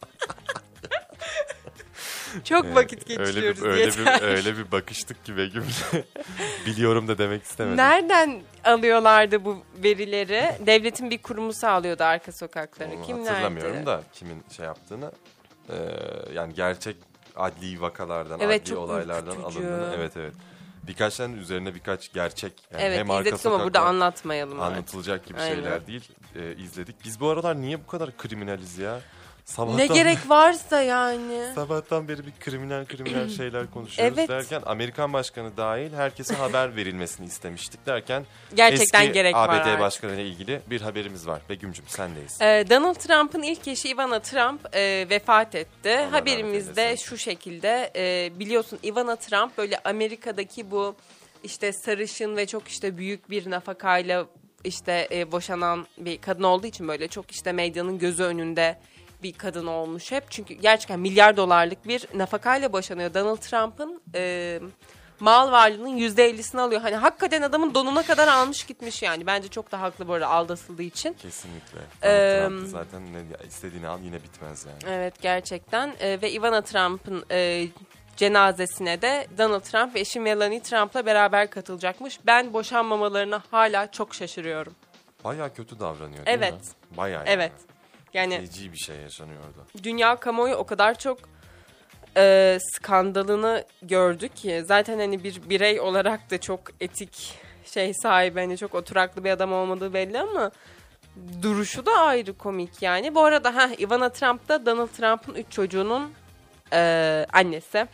C: Çok
B: Evet,
C: vakit
B: öyle
C: geçiriyoruz
B: bir, öyle
C: yeter.
B: bir öyle bir bakıştık ki Begüm. Biliyorum da demek istemedim.
C: Nereden alıyorlardı bu verileri? Devletin bir kurumu sağlıyordu arka sokakları.
B: Onu
C: Kimlerdi?
B: hatırlamıyorum da kimin şey yaptığını. Ee, yani gerçek adli vakalardan,
C: Evet,
B: adli
C: çok
B: olaylardan
C: ürkütücü.
B: alındığını. Evet evet. Birkaç tane üzerine birkaç gerçek. Yani
C: Evet,
B: hem arka
C: izledik ama burada
B: sokaklar
C: anlatmayalım artık.
B: anlatılacak gibi
C: Aynen.
B: şeyler değil. Ee, izledik. Biz bu aralar niye bu kadar kriminaliz ya? Sabahtan,
C: Ne gerek varsa yani.
B: Sabahtan beri bir kriminal kriminal şeyler konuşuyoruz
C: Evet.
B: derken Amerikan başkanı dahil herkese haber verilmesini istemiştik derken
C: Gerçekten
B: eski
C: gerek
B: A
C: var
B: B D
C: artık.
B: başkanı ile ilgili bir haberimiz var. Begüm'cüm sendeyiz.
C: Ee, Donald Trump'ın ilk eşi Ivana Trump e, vefat etti.
B: Allah rahmet
C: Haberimizde
B: eylesin.
C: şu şekilde e, biliyorsun Ivana Trump böyle Amerika'daki bu işte sarışın ve çok işte büyük bir nafakayla işte e, boşanan bir kadın olduğu için böyle çok işte medyanın gözü önünde bir kadın olmuş hep. Çünkü gerçekten milyar dolarlık bir nafakayla boşanıyor. Donald Trump'ın e, mal varlığının yüzde ellisini alıyor. Hani hakikaten adamın donuna kadar almış gitmiş yani. Bence çok da haklı bu arada aldatıldığı için.
B: Kesinlikle.
C: Ee,
B: Donald Trump da zaten ne, istediğini al yine bitmez yani.
C: Evet gerçekten Ee, ve Ivana Trump'ın e, cenazesine de Donald Trump ve eşi Melania Trump'la beraber katılacakmış. Ben boşanmamalarına hala çok şaşırıyorum.
B: Bayağı kötü davranıyor değil
C: Evet.
B: mi? Bayağı
C: Evet.
B: yani.
C: Yani
B: Feci bir şey yaşanıyor orada.
C: dünya kamuoyu o kadar çok e, skandalını gördü ki zaten hani bir birey olarak da çok etik şey sahibi, hani çok oturaklı bir adam olmadığı belli ama duruşu da ayrı komik yani. Bu arada ha Ivana Trump da Donald Trump'ın üç çocuğunun e, annesi.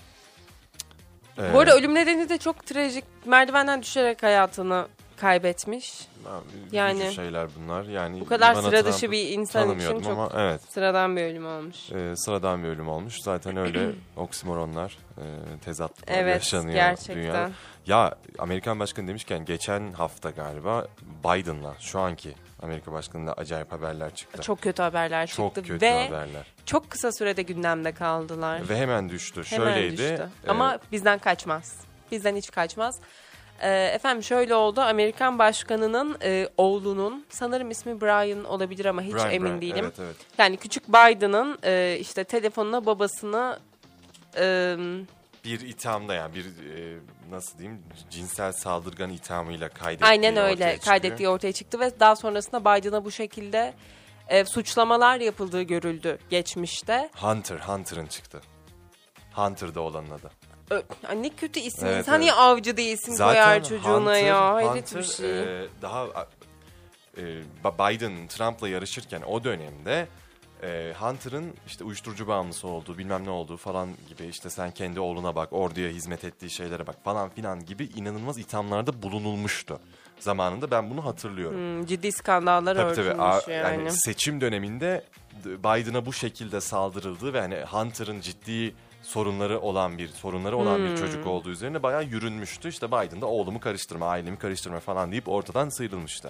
B: Ee,
C: Bu arada ölüm nedeni de çok trajik. Merdivenden düşerek hayatını kaybetmiş.
B: Üzücü
C: yani-
B: şeyler bunlar. Yani
C: Bu kadar
B: Ivana
C: sıra
B: Trump'ı
C: dışı bir insan için
B: tanımıyordum
C: çok
B: ama evet.
C: sıradan bir ölüm olmuş.
B: e, sıradan bir ölüm olmuş. Zaten öyle oksimoronlar, e, tezatlıklar
C: Evet,
B: yaşanıyor
C: gerçekten.
B: dünyada. Ya Amerikan başkanı demişken geçen hafta galiba Biden'la, şu anki Amerika başkanıyla acayip haberler çıktı.
C: Çok kötü haberler
B: Çok
C: çıktı
B: kötü
C: ve
B: haberler.
C: çok kısa sürede gündemde kaldılar.
B: Ve hemen düştü.
C: Hemen
B: Şöyleydi.
C: düştü.
B: e,
C: Ama bizden kaçmaz. Bizden hiç kaçmaz. Ee, efendim şöyle oldu. Amerikan başkanının e, oğlunun, sanırım ismi Brian olabilir ama hiç
B: Brian,
C: emin
B: Brian,
C: değilim.
B: Evet, evet.
C: Yani küçük Biden'ın e, işte telefonuna babasını e,
B: Bir ithamda, yani bir e, nasıl diyeyim, cinsel saldırgan ithamıyla kaydettiği
C: aynen
B: ortaya
C: öyle
B: çıkıyor.
C: kaydettiği ortaya çıktı ve daha sonrasında Biden'a bu şekilde e, suçlamalar yapıldığı görüldü geçmişte.
B: Hunter, Hunter'ın çıktı. Hunter'da olanın adı.
C: Ö, ay ne kötü isim.
B: Evet,
C: İnsan
B: evet.
C: niye avcı diye isim koyar çocuğuna
B: Hunter-
C: ya. Hayret
B: Hunter,
C: bir şey.
B: e, daha e, Biden Trump'la yarışırken o dönemde e, Hunter'ın işte uyuşturucu bağımlısı olduğu, bilmem ne olduğu falan gibi, işte sen kendi oğluna bak, orduya hizmet ettiği şeylere bak falan filan gibi inanılmaz ithamlarda bulunulmuştu. Zamanında ben bunu hatırlıyorum.
C: Hmm, ciddi skandallar
B: Tabii
C: örtülmüş
B: tabii. A-
C: yani.
B: yani seçim döneminde Biden'a bu şekilde saldırıldığı ve hani Hunter'ın ciddi sorunları olan bir sorunları olan
C: Hmm.
B: bir çocuk olduğu üzerine bayağı yürünmüştü. İşte Biden da oğlumu karıştırma, ailemi karıştırma falan deyip ortadan sıyrılmıştı.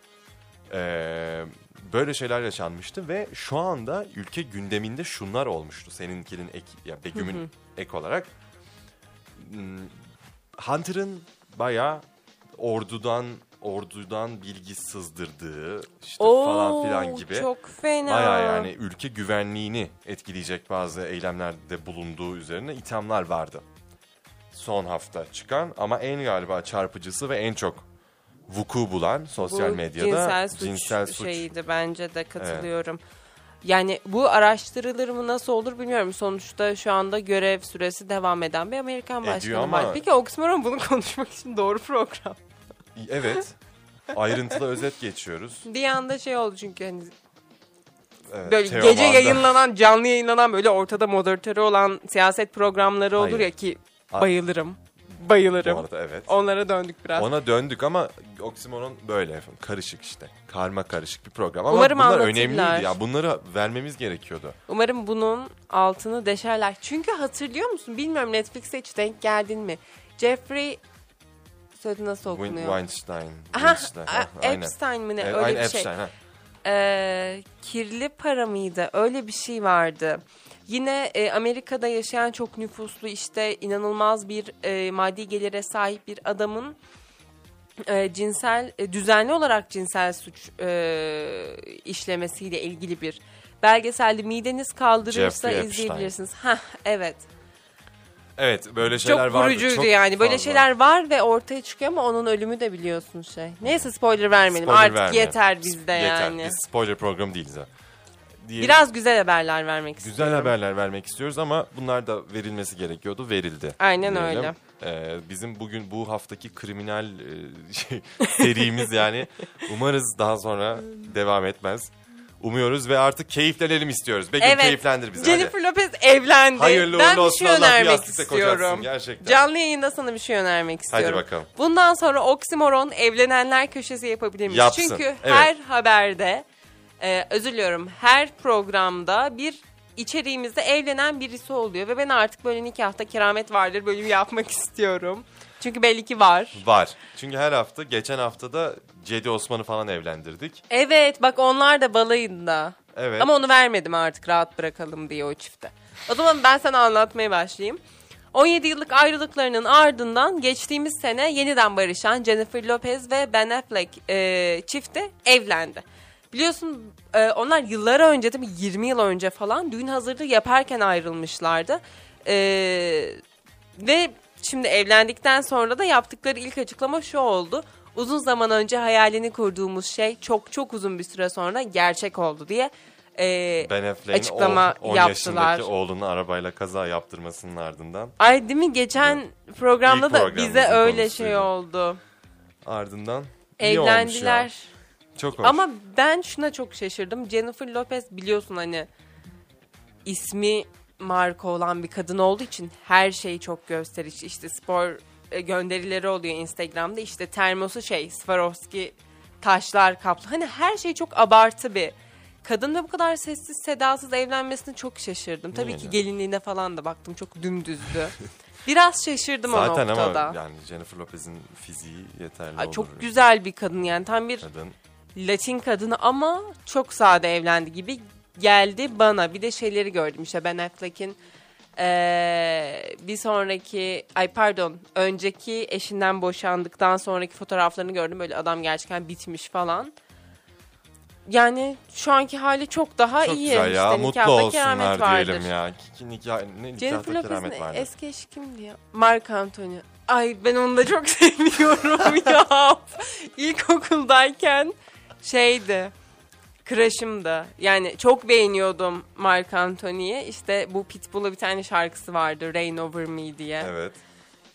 B: Ee, böyle şeyler yaşanmıştı ve şu anda ülke gündeminde şunlar olmuştu. Seninkinin ek, ya Begüm'ün ek olarak. Hmm, Hunter'ın bayağı ordudan ordudan bilgi sızdırdığı işte
C: Oo,
B: falan filan gibi.
C: Çok fena.
B: Bayağı yani ülke güvenliğini etkileyecek bazı eylemlerde bulunduğu üzerine ithamlar vardı. Son hafta çıkan ama en galiba çarpıcısı ve en çok vuku bulan sosyal
C: bu
B: medyada
C: cinsel suç,
B: cinsel suç.
C: şeyiydi, bence de katılıyorum. Yani bu araştırılır mı, nasıl olur bilmiyorum. Sonuçta şu anda görev süresi devam eden bir Amerikan
B: Ediyor
C: başkanı
B: ama-
C: var. Peki oksimoron bunu konuşmak için doğru program.
B: Evet. Ayrıntılı özet geçiyoruz.
C: Bir anda şey oldu çünkü hani
B: Evet,
C: böyle
B: Teoman'da-
C: gece yayınlanan, canlı yayınlanan böyle ortada moderatörü olan siyaset programları olur
B: Hayır.
C: ya ki
B: A-
C: bayılırım. Bayılırım.
B: Bu arada evet.
C: Onlara döndük biraz.
B: Ona döndük ama oksimoron böyle efendim. Karışık işte. Karma karışık bir program. Ama
C: Umarım
B: bunlar
C: anlatırlar.
B: önemliydi ya. Bunları vermemiz gerekiyordu.
C: Umarım bunun altını deşerler. Çünkü hatırlıyor musun? Bilmiyorum, Netflix'e hiç denk geldin mi? Jeffrey soyadı nasıl
B: Win-
C: okunuyor?
B: Weinstein.
C: Aha,
B: Weinstein.
C: a-
B: Ha, aynen.
C: Epstein mi ne?
B: Evet,
C: Öyle
B: aynen
C: bir şey.
B: Epstein, ha.
C: Ee, kirli para mıydı? Öyle bir şey vardı. Yine e, Amerika'da yaşayan çok nüfuslu, işte inanılmaz bir e, maddi gelire sahip bir adamın e, cinsel e, düzenli olarak cinsel suç e, işlemesiyle ilgili bir belgeselde, mideniz kaldırırsa
B: Jeffrey Epstein.
C: izleyebilirsiniz. Hah, evet.
B: Evet böyle şeyler
C: Çok
B: vardı.
C: vurucuydu
B: Çok
C: yani. Böyle
B: fazla.
C: şeyler var ve ortaya çıkıyor ama onun ölümü de biliyorsun şey. Neyse, spoiler vermeyelim.
B: Spoiler
C: Artık
B: verme.
C: yeter bizde
B: Yeter.
C: yani.
B: Biz spoiler programı değiliz ha. Diye
C: Biraz güzel haberler vermek
B: güzel
C: istiyorum.
B: haberler vermek istiyoruz ama bunlar da verilmesi gerekiyordu. Verildi.
C: Aynen
B: diyelim.
C: öyle.
B: Ee, bizim bugün bu haftaki kriminal e, şey, serimiz yani umarız daha sonra devam etmez. Umuyoruz ve artık keyiflenelim istiyoruz. Begüm
C: Evet.
B: keyiflendir bizi.
C: Jennifer Lopez evlendi.
B: Hayırlı
C: ben
B: uğurlu
C: bir
B: olsun,
C: şey
B: Allah
C: önermek
B: yastıkta kocatsın,
C: istiyorum.
B: gerçekten.
C: Canlı yayında sana bir şey önermek istiyorum.
B: bakalım.
C: Bundan sonra oksimoron evlenenler köşesi yapabilir miyiz?
B: Yapsın,
C: Çünkü
B: evet.
C: her haberde, e, özür diliyorum, her programda bir içeriğimizde evlenen birisi oluyor. Ve ben artık böyle nikahta keramet vardır bölümü yapmak istiyorum. Çünkü belli ki var.
B: Var. Çünkü her hafta, geçen haftada Cedi Osman'ı falan evlendirdik.
C: Evet, bak onlar da balayında.
B: Evet.
C: Ama onu vermedim artık, rahat bırakalım diye o çifte. O zaman ben sana anlatmaya başlayayım. on yedi yıllık ayrılıklarının ardından geçtiğimiz sene yeniden barışan Jennifer Lopez ve Ben Affleck e, çifti evlendi. Biliyorsun e, onlar yıllar önce, değil mi, yirmi yıl önce falan düğün hazırlığı yaparken ayrılmışlardı. E, ve şimdi evlendikten sonra da yaptıkları ilk açıklama şu oldu: uzun zaman önce hayalini kurduğumuz şey çok çok uzun bir süre sonra gerçek oldu diye e,
B: Ben Affleck'in
C: açıklama
B: on
C: yaptılar.
B: yaşındaki oğlunu arabayla kaza yaptırmasının ardından.
C: Ay değil mi? Geçen programda
B: İlk
C: da
B: programımızın
C: bize öyle
B: konusuydu.
C: şey oldu.
B: Ardından iyi olmuş
C: Evlendiler.
B: ya. Çok hoş.
C: Ama ben şuna çok şaşırdım. Jennifer Lopez biliyorsun hani ismi marka olan bir kadın olduğu için her şeyi çok gösteriş. İşte spor e, gönderileri oluyor Instagram'da. İşte termosu şey Swarovski taşlar kaplı. Hani her şey çok abartı bir kadın ve bu kadar sessiz sedasız evlenmesine çok şaşırdım. Tabii
B: Niye
C: ki
B: ya?
C: gelinliğine falan da baktım, çok dümdüzdü. Biraz şaşırdım
B: Zaten
C: o noktada.
B: ama yani Jennifer Lopez'in fiziği yeterli
C: Ay,
B: olur.
C: çok güzel bir kadın yani, tam bir
B: Kadın.
C: Latin kadını ama çok sade evlendi gibi geldi bana. Bir de şeyleri gördüm işte Ben Affleck'in ee, bir sonraki, ay pardon önceki eşinden boşandıktan sonraki fotoğraflarını gördüm. Böyle adam gerçekten bitmiş falan. Yani şu anki hali çok daha
B: Çok
C: iyi.
B: güzel ya.
C: İşte
B: Mutlu
C: nikahta
B: olsunlar
C: keramet vardır.
B: diyelim ya. Ki, nikah, ne
C: Jennifer
B: nikahta
C: Lopez'in
B: keramet vardır.
C: eski eşi kimdi ya? Marc Anthony. Ay ben onu da çok seviyorum ya. İlkokuldayken şeydi, crush'ımdı. Yani çok beğeniyordum Marc Anthony'yi. İşte bu Pitbull'a bir tane şarkısı vardı, Rain Over Me diye.
B: Evet.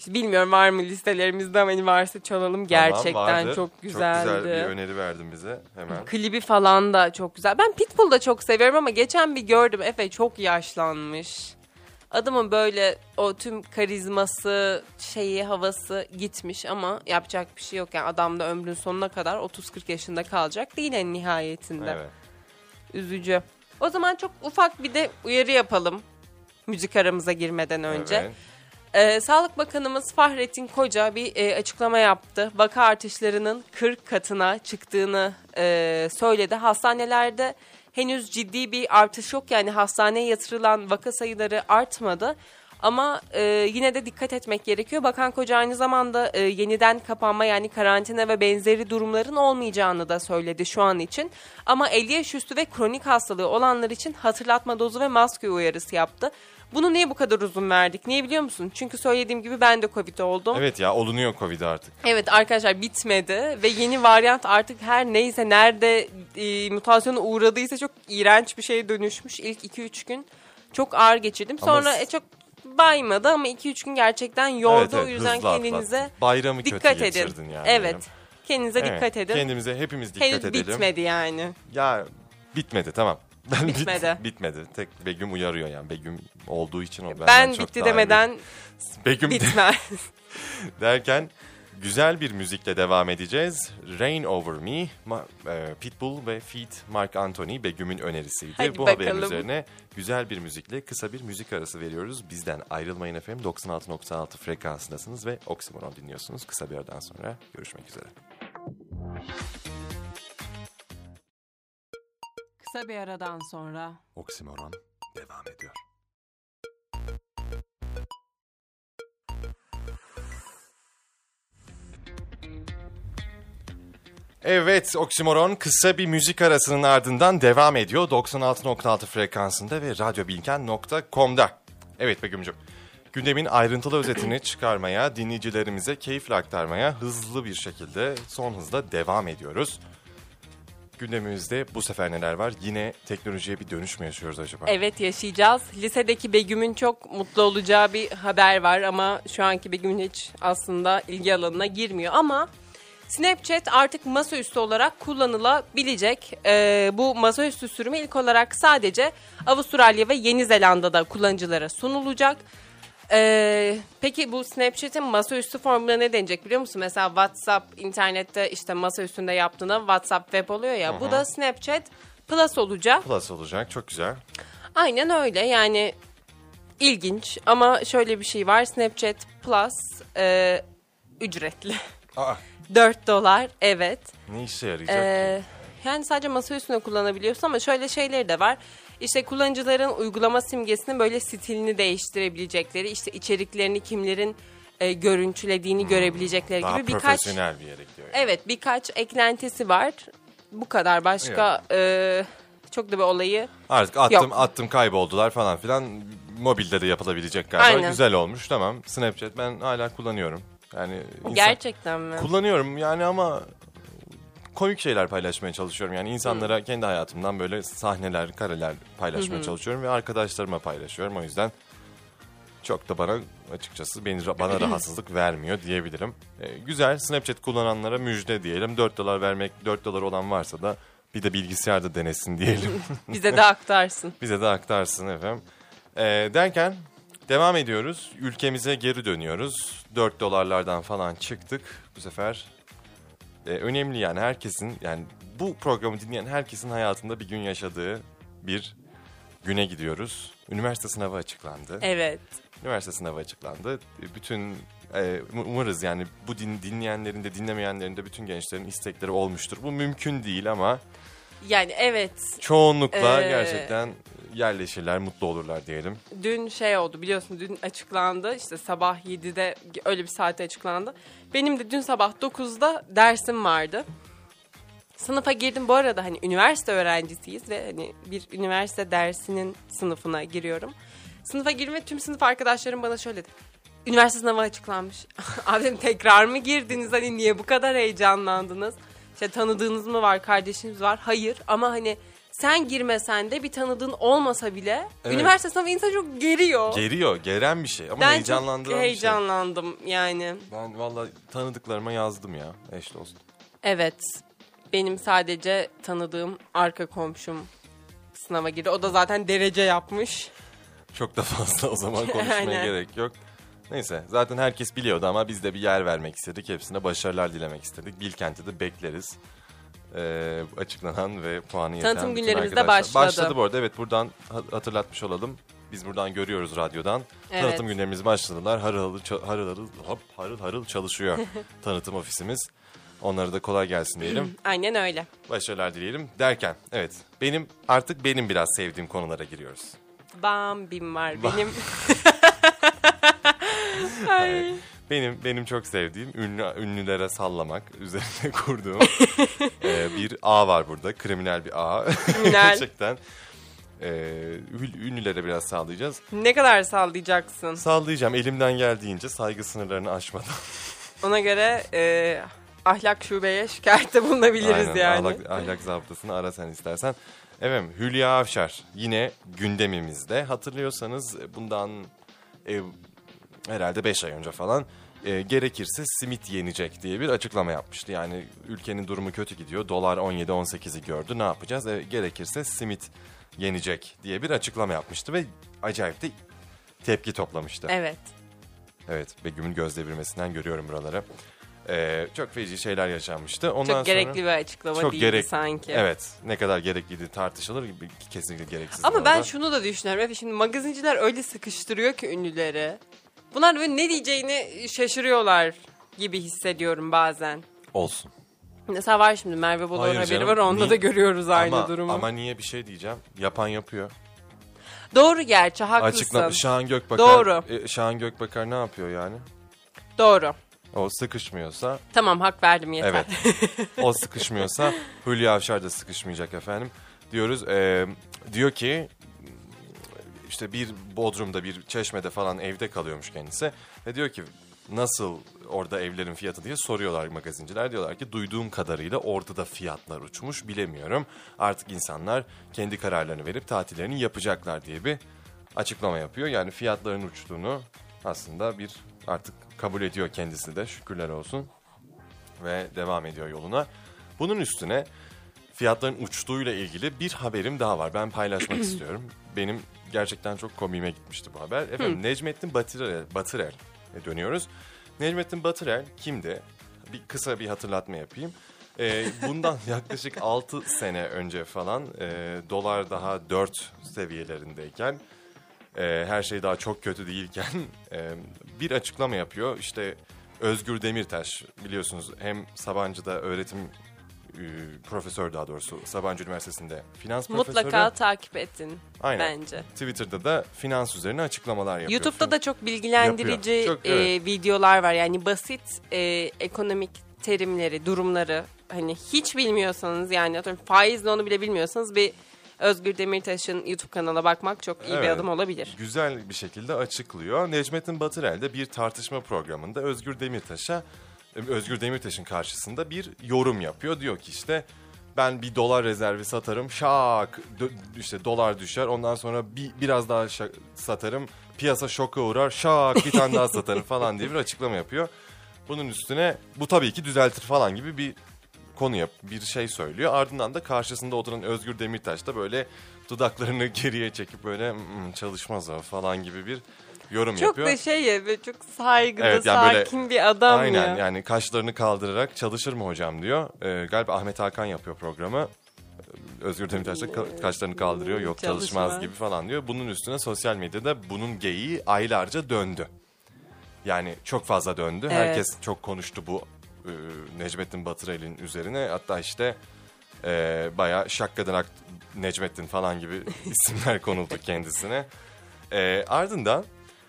C: Bilmiyorum var mı listelerimizde ama hani varsa çalalım. Gerçekten
B: tamam,
C: çok güzeldi.
B: Çok güzel bir öneri verdin bize hemen.
C: Klibi falan da çok güzel. Ben Pitbull'u da çok seviyorum ama geçen bir gördüm. Efe çok yaşlanmış. Adamın böyle o tüm karizması, şeyi, havası gitmiş ama yapacak bir şey yok. Yani adam da ömrün sonuna kadar otuz kırk yaşında kalacak değil en nihayetinde.
B: Evet.
C: Üzücü. O zaman çok ufak bir de uyarı yapalım müzik aramıza girmeden önce.
B: Evet.
C: Ee, Sağlık Bakanımız Fahrettin Koca bir e, açıklama yaptı. Vaka artışlarının kırk katına çıktığını e, söyledi. Hastanelerde henüz ciddi bir artış yok. Yani hastaneye yatırılan vaka sayıları artmadı. Ama e, yine de dikkat etmek gerekiyor. Bakan Koca aynı zamanda e, yeniden kapanma yani karantina ve benzeri durumların olmayacağını da söyledi şu an için. Ama elli yaş üstü ve kronik hastalığı olanlar için hatırlatma dozu ve maske uyarısı yaptı. Bunu niye bu kadar uzun verdik? Niye biliyor musun? Çünkü söylediğim gibi ben de Covid oldum.
B: Evet ya olunuyor Covid artık.
C: Evet arkadaşlar bitmedi ve yeni varyant artık her neyse nerede e, mutasyona uğradıysa çok iğrenç bir şeye dönüşmüş. İlk iki üç gün çok ağır geçirdim. Sonra
B: Ama...
C: e, çok baymadı ama iki üç gün gerçekten yordu.
B: Evet, evet,
C: o yüzden
B: hızlı
C: kendinize
B: atlattın. Bayramı
C: dikkat
B: kötü
C: edin.
B: geçirdin yani.
C: Evet.
B: Benim.
C: Kendinize
B: Evet,
C: dikkat edin.
B: Kendimize hepimiz dikkat
C: Henüz
B: edelim.
C: bitmedi yani.
B: Ya bitmedi tamam. Ben
C: Bitmedi.
B: Bit, bitmedi. Tek Begüm uyarıyor yani. Begüm olduğu için o benden
C: Ben
B: çok
C: bitti
B: daha iyi.
C: demeden
B: Begüm
C: bitmez.
B: derken güzel bir müzikle devam edeceğiz. Rain Over Me, Ma- e, Pitbull ve Feat Marc Anthony Begüm'ün önerisiydi.
C: Hadi
B: Bu
C: bakalım.
B: haberin üzerine güzel bir müzikle kısa bir müzik arası veriyoruz. Bizden ayrılmayın efendim. doksan altı nokta altı frekansındasınız ve Oxymoron dinliyorsunuz. Kısa bir aradan sonra görüşmek üzere.
C: Kısa bir aradan sonra
B: Oxymoron devam ediyor. Evet, Oxymoron kısa bir müzik arasının ardından devam ediyor. doksan altı nokta altı frekansında ve radyobilken nokta com'da. Evet Begüm'cüm, gündemin ayrıntılı özetini çıkarmaya, dinleyicilerimize keyifle aktarmaya hızlı bir şekilde, son hızla devam ediyoruz. Gündemimizde bu sefer neler var? Yine teknolojiye bir dönüş mü yaşıyoruz acaba?
C: evet yaşayacağız. Lisedeki Begüm'ün çok mutlu olacağı bir haber var ama şu anki Begüm'ün hiç aslında ilgi alanına girmiyor. Ama Snapchat artık masaüstü olarak kullanılabilecek. Ee, bu masaüstü sürümü ilk olarak sadece Avustralya ve Yeni Zelanda'da kullanıcılara sunulacak. Ee, peki bu Snapchat'in masaüstü formülü ne denecek biliyor musun? Mesela WhatsApp internette işte masaüstünde yaptığında WhatsApp web oluyor ya. Hı-hı. Bu da Snapchat Plus olacak.
B: Plus olacak, çok güzel.
C: Aynen öyle yani ilginç ama şöyle bir şey var. Snapchat Plus e, ücretli.
B: Aa.
C: dört dolar evet.
B: Ne işe yarayacak
C: Ee,
B: ki?
C: Yani sadece masa üstünde kullanabiliyorsun ama şöyle şeyleri de var. İşte kullanıcıların uygulama simgesinin böyle stilini değiştirebilecekleri, işte içeriklerini kimlerin e, görüntülediğini hmm, görebilecekleri
B: daha
C: gibi birkaç...
B: Daha profesyonel bir yere gidiyor. Yani.
C: Evet, birkaç eklentisi var. Bu kadar. Başka e, çok da bir olayı
B: Artık attım
C: yok.
B: attım kayboldular falan filan. Mobilde de yapılabilecek galiba.
C: Aynen.
B: Güzel olmuş, tamam. Snapchat ben hala kullanıyorum. Yani insan...
C: Gerçekten mi?
B: Kullanıyorum yani ama komik şeyler paylaşmaya çalışıyorum. Yani insanlara hmm. kendi hayatımdan böyle sahneler, kareler paylaşmaya hmm. çalışıyorum ve arkadaşlarıma paylaşıyorum. O yüzden çok da bana açıkçası beni bana rahatsızlık vermiyor diyebilirim. Ee, güzel, Snapchat kullananlara müjde diyelim. dört dolar vermek, dört dolar olan varsa da bir de bilgisayarda denesin diyelim.
C: Bize de aktarsın.
B: Bize de aktarsın efendim. Ee, derken devam ediyoruz. Ülkemize geri dönüyoruz. dört dolarlardan falan çıktık. Bu sefer e, önemli yani herkesin, yani bu programı dinleyen herkesin hayatında bir gün yaşadığı bir güne gidiyoruz. Üniversite sınavı açıklandı.
C: Evet.
B: Üniversite sınavı açıklandı. Bütün e, umarız yani bu din, dinleyenlerin de dinlemeyenlerin de bütün gençlerin istekleri olmuştur. Bu mümkün değil ama
C: yani evet.
B: Çoğunlukla
C: ee,
B: gerçekten yerleşirler, mutlu olurlar diyelim.
C: Dün şey oldu biliyorsun, dün açıklandı işte sabah yedide öyle bir saate açıklandı. Benim de dün sabah dokuzda dersim vardı. Sınıfa girdim, bu arada hani üniversite öğrencisiyiz ve hani bir üniversite dersinin sınıfına giriyorum. Sınıfa girdim ve tüm sınıf arkadaşlarım bana şöyle dedi. Üniversite sınavı açıklanmış. Abi dedim, tekrar mı girdiniz, hani niye bu kadar heyecanlandınız? İşte tanıdığınız mı var, kardeşiniz var? Hayır ama hani sen girmesen de bir tanıdığın olmasa bile
B: Evet.
C: üniversite sınavı insanı çok geriyor.
B: Geriyor, geren bir şey ama
C: Ben
B: heyecanlandıran
C: çok
B: bir şey.
C: heyecanlandım yani.
B: Ben vallahi tanıdıklarıma yazdım ya eş dost.
C: Evet. Benim sadece tanıdığım arka komşum sınava girdi. O da zaten derece yapmış.
B: Çok da fazla o zaman konuşmaya
C: Aynen.
B: gerek yok. Neyse zaten herkes biliyordu ama biz de bir yer vermek istedik. Hepsine başarılar dilemek istedik. Bilkent'te de bekleriz. Ee, açıklanan ve puanı yeten
C: Tanıtım
B: bütün
C: günlerimiz de
B: arkadaşlar.
C: başladı.
B: Başladı bu arada, evet, buradan hatırlatmış olalım. Biz buradan görüyoruz radyodan.
C: Evet.
B: Tanıtım günlerimiz başladılar. Harıl harıl, ça- harıl harıl, hop, harıl harıl çalışıyor tanıtım ofisimiz. Onlara da kolay gelsin diyelim.
C: Aynen öyle.
B: Başarılar dileyelim derken, evet, benim artık benim biraz sevdiğim konulara giriyoruz.
C: Bambim var benim. Ay.
B: Benim benim çok sevdiğim ünlü ünlülere sallamak üzerine kurduğum e, bir ağ var burada. Kriminal bir ağ.
C: Kriminal.
B: Gerçekten. E, ünlülere biraz sallayacağız.
C: Ne kadar sallayacaksın?
B: Sallayacağım elimden geldiğince, saygı sınırlarını aşmadan.
C: Ona göre e, ahlak şubeye şikayette bulunabiliriz
B: Aynen,
C: yani.
B: Ahlak, ahlak zabıtasını ara sen istersen. Evet, Hülya Avşar yine gündemimizde. Hatırlıyorsanız bundan e, herhalde beş ay önce falan e, gerekirse simit yenecek diye bir açıklama yapmıştı. Yani ülkenin durumu kötü gidiyor. Dolar on yedi on sekizi gördü. Ne yapacağız? E, gerekirse simit yenecek diye bir açıklama yapmıştı ve acayip de tepki toplamıştı.
C: Evet.
B: Evet, Begüm'ün göz devirmesinden görüyorum buraları. E, çok feci şeyler yaşanmıştı. Ondan
C: Çok
B: sonra,
C: gerekli bir açıklama
B: çok
C: değildi
B: gerek,
C: sanki.
B: Evet, ne kadar gerekliydi tartışılır gibi, kesinlikle gereksiz.
C: Ama
B: bu
C: ben
B: arada.
C: şunu da düşünüyorum. Evet, şimdi magazinciler öyle sıkıştırıyor ki ünlüleri. Bunlar böyle ne diyeceğini şaşırıyorlar gibi hissediyorum bazen.
B: Olsun.
C: Mesela var şimdi Merve Bolor
B: Hayır
C: haberi
B: canım,
C: var. Onda
B: niye-
C: da görüyoruz aynı
B: ama,
C: durumu.
B: Ama niye bir şey diyeceğim? Yapan yapıyor.
C: Doğru gerçi haklısın.
B: Açıkla Şahan Gökbakar.
C: Doğru.
B: E, Şahan Gökbakar ne yapıyor yani?
C: Doğru.
B: O sıkışmıyorsa,
C: Tamam, hak verdim yeter.
B: evet. O sıkışmıyorsa Hülya Avşar da sıkışmayacak efendim. Diyoruz. E, diyor ki işte bir Bodrum'da, bir Çeşme'de falan evde kalıyormuş kendisi. Ve diyor ki nasıl orada evlerin fiyatı diye soruyorlar magazinciler. Diyorlar ki duyduğum kadarıyla orada da fiyatlar uçmuş, bilemiyorum. Artık insanlar kendi kararlarını verip tatillerini yapacaklar diye bir açıklama yapıyor. Yani fiyatların uçtuğunu aslında bir artık kabul ediyor kendisi de, şükürler olsun. Ve devam ediyor yoluna. Bunun üstüne fiyatların uçtuğuyla ilgili bir haberim daha var. Ben paylaşmak istiyorum. Benim gerçekten çok komiğime gitmişti bu haber. Efendim Necmettin Batırel, Batırel dönüyoruz. Necmettin Batırel kimdi? Bir kısa bir hatırlatma yapayım. Ee, bundan yaklaşık altı sene önce falan e, dolar daha dört seviyelerindeyken, e, her şey daha çok kötü değilken e, bir açıklama yapıyor. İşte Özgür Demirtaş, biliyorsunuz, hem Sabancı'da öğretim e, profesör, daha doğrusu Sabancı Üniversitesi'nde finans profesörü.
C: Mutlaka takip edin
B: Aynen.
C: bence.
B: Twitter'da da finans üzerine açıklamalar yapıyor.
C: YouTube'da da çok bilgilendirici
B: Yapıyor. Çok,
C: e,
B: evet.
C: videolar var. Yani basit e, ekonomik terimleri, durumları hani hiç bilmiyorsanız, yani atıyorum faiz ne onu bile bilmiyorsanız, bir Özgür Demirtaş'ın YouTube kanalına bakmak çok iyi bir
B: Evet.
C: adım olabilir.
B: Güzel bir şekilde açıklıyor. Necmettin Batırel de bir tartışma programında Özgür Demirtaş'a, Özgür Demirtaş'ın karşısında bir yorum yapıyor. Diyor ki işte ben bir dolar rezervi satarım, şak dö- işte dolar düşer, ondan sonra bir biraz daha şa- satarım, piyasa şoka uğrar, şak bir tane daha satarım falan diye bir açıklama yapıyor. Bunun üstüne bu tabii ki düzeltir falan gibi bir konu yap, bir şey söylüyor. Ardından da karşısında oturan Özgür Demirtaş da böyle dudaklarını geriye çekip böyle "Hmm, çalışmaz o" falan gibi bir yorum
C: Çok
B: yapıyor.
C: da şey ya, böyle çok saygılı,
B: Evet, yani böyle-
C: sakin bir adam
B: Aynen,
C: ya.
B: yani kaşlarını kaldırarak çalışır mı hocam diyor. Ee, galiba Ahmet Hakan yapıyor programı. Özgür Demirtaş da ka- kaşlarını kaldırıyor. Yok çalışmaz
C: Çalışmaz.
B: gibi falan diyor. Bunun üstüne sosyal medyada bunun geyiği aylarca döndü. Yani çok fazla döndü.
C: Evet.
B: Herkes çok konuştu bu e, Necmettin Batırel'in üzerine. Hatta işte e, bayağı Şakkadanak Necmettin falan gibi isimler konuldu kendisine. E, ardından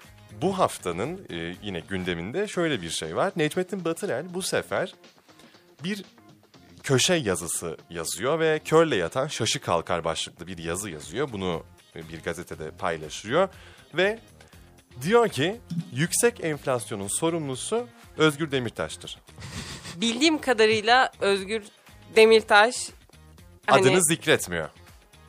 B: bu haftanın e, yine gündeminde şöyle bir şey var. Necmettin Batırel bu sefer bir köşe yazısı yazıyor ve körle yatan şaşı kalkar başlıklı bir yazı yazıyor. Bunu bir gazetede paylaşıyor ve diyor ki yüksek enflasyonun sorumlusu Özgür Demirtaş'tır.
C: Bildiğim kadarıyla Özgür Demirtaş hani,
B: Adını zikretmiyor.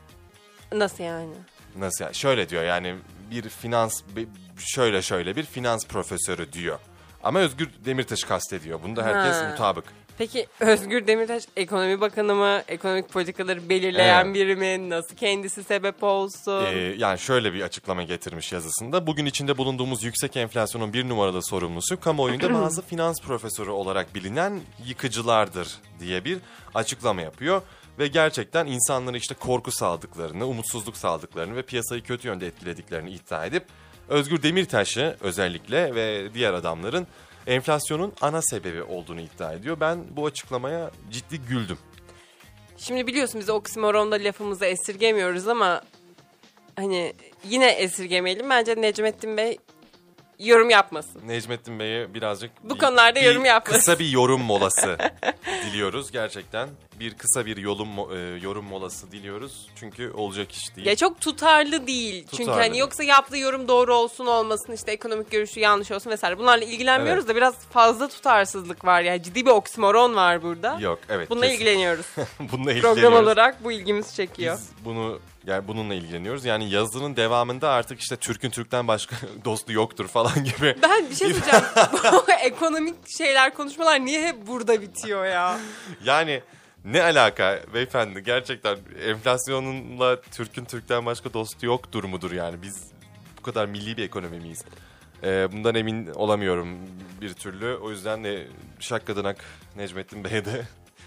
C: Nasıl yani?
B: Nasıl yani? Şöyle diyor yani bir finans şöyle şöyle bir finans profesörü diyor. Ama Özgür Demirtaş'ı kastediyor. Bunda herkes
C: Ha.
B: mutabık.
C: Peki Özgür Demirtaş ekonomi bakanı mı? Ekonomik politikaları belirleyen
B: Evet.
C: biri mi? Nasıl kendisi sebep olsun?
B: Ee, yani şöyle bir açıklama getirmiş yazısında. Bugün içinde bulunduğumuz yüksek enflasyonun bir numaralı sorumlusu kamuoyunda bazı finans profesörü olarak bilinen yıkıcılardır diye bir açıklama yapıyor. Ve gerçekten insanları işte korku saldıklarını, umutsuzluk saldıklarını ve piyasayı kötü yönde etkilediklerini iddia edip Özgür Demirtaş'ı özellikle ve diğer adamların enflasyonun ana sebebi olduğunu iddia ediyor. Ben bu açıklamaya ciddi güldüm.
C: Şimdi biliyorsun biz oksimoronda lafımızı esirgemiyoruz ama hani yine esirgemeyelim. Bence Necmettin Bey yorum yapmasın.
B: Necmettin Bey'e birazcık
C: Bu
B: bir,
C: konularda
B: bir
C: yorum yapmasın.
B: Kısa bir yorum molası diliyoruz gerçekten. Bir kısa bir yorum e, yorum molası diliyoruz. Çünkü olacak iş değil.
C: Ya çok tutarlı değil.
B: Tutarlı
C: Çünkü hani
B: değil.
C: yoksa yaptığı yorum doğru olsun olmasın, işte ekonomik görüşü yanlış olsun vesaire. Bunlarla ilgilenmiyoruz
B: Evet.
C: da biraz fazla tutarsızlık var. Yani ciddi bir oksimoron var burada.
B: Yok, evet.
C: Bununla
B: kesin.
C: ilgileniyoruz.
B: Bununla
C: Program
B: ilgileniyoruz.
C: olarak bu ilgimizi çekiyor.
B: Biz bunu yani bununla ilgileniyoruz. Yani yazının devamında artık işte Türk'ün Türk'ten başka dostu yoktur falan gibi.
C: Ben bir şey söyleyeceğim. Bu ekonomik şeyler, konuşmalar niye hep burada bitiyor ya?
B: Yani ne alaka beyefendi, gerçekten enflasyonla Türk'ün Türk'ten başka dostu yoktur mudur yani? Biz bu kadar milli bir ekonomi miyiz? Ee, bundan emin olamıyorum bir türlü. O yüzden de şakkadanak Necmettin Bey'e de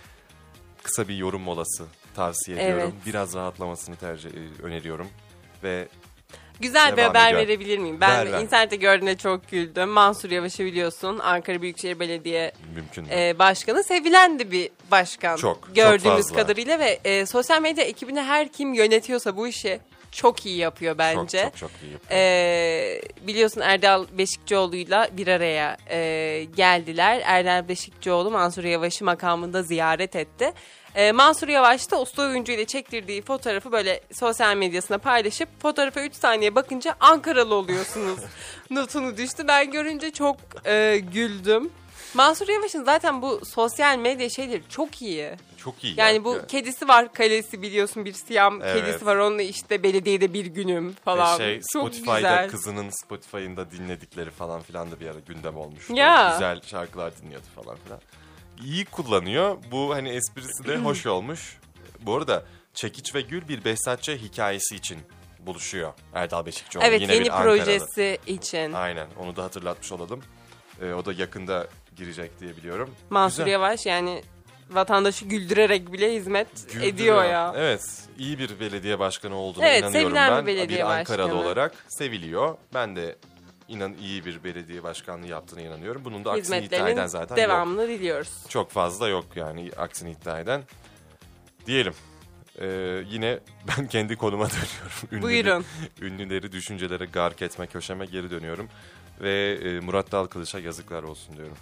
B: kısa bir yorum molası tavsiye ediyorum.
C: Evet.
B: Biraz rahatlamasını tercih e, öneriyorum ve
C: Güzel bir
B: Devam
C: haber
B: ediyor.
C: verebilir miyim? Ben
B: Ver, ver.
C: internette gördüğümde çok güldüm. Mansur Yavaş'ı biliyorsun. Ankara Büyükşehir Belediye
B: mümkün mü?
C: e, Başkanı. Sevilen de bir başkan.
B: Çok, çok
C: gördüğümüz
B: fazla.
C: kadarıyla ve e, sosyal medya ekibine her kim yönetiyorsa bu işi çok iyi yapıyor bence.
B: Çok çok çok iyi yapıyor.
C: Ee, biliyorsun Erdal Beşikçioğlu'yla bir araya e, geldiler. Erdal Beşikçioğlu Mansur Yavaş'ı makamında ziyaret etti. Ee, Mansur Yavaş da usta oyuncu ile çektirdiği fotoğrafı böyle sosyal medyasına paylaşıp fotoğrafa üç saniye bakınca Ankaralı oluyorsunuz notunu düştü. Ben görünce çok e, güldüm. Mansur Yavaş'ın zaten bu sosyal medya şeyleri çok iyi.
B: Çok iyi.
C: Yani
B: ya.
C: bu kedisi var, kalesi biliyorsun, bir Siyam
B: Evet.
C: kedisi var, onunla işte belediyede bir günüm falan.
B: Ve şey,
C: Çok
B: Spotify'da
C: güzel.
B: kızının Spotify'ında dinledikleri falan filan da bir ara gündem olmuş.
C: Ya.
B: Güzel şarkılar dinliyordu falan filan. İyi kullanıyor. Bu hani esprisi de hoş olmuş. Bu arada Çekiç ve Gül bir Behzatçı hikayesi için buluşuyor Erdal Beşikçioğlu.
C: Evet,
B: Yine
C: yeni
B: bir Ankaralı.
C: projesi için.
B: Aynen, onu da hatırlatmış olalım. Ee, o da yakında girecek diye biliyorum.
C: Mansur
B: Güzel.
C: Yavaş yani vatandaşı güldürerek bile hizmet
B: Güldürüyor.
C: ediyor ya.
B: Evet, iyi bir belediye başkanı olduğuna
C: Evet,
B: inanıyorum
C: sevilen
B: ben.
C: bir belediye
B: Ankaralı
C: başkanı.
B: olarak seviliyor. Ben de inan iyi bir belediye başkanlığı yaptığına inanıyorum. Bunun da aksini iddia eden
C: Hizmetlerinin
B: zaten yok.
C: devamını diliyoruz.
B: Çok fazla yok yani aksini iddia eden. Diyelim. Ee, yine ben kendi konuma dönüyorum. Ünlü-
C: Buyurun.
B: Ünlüleri düşüncelere gark etme köşeme geri dönüyorum. Ve e, Murat Dalkılıç'a yazıklar olsun diyorum.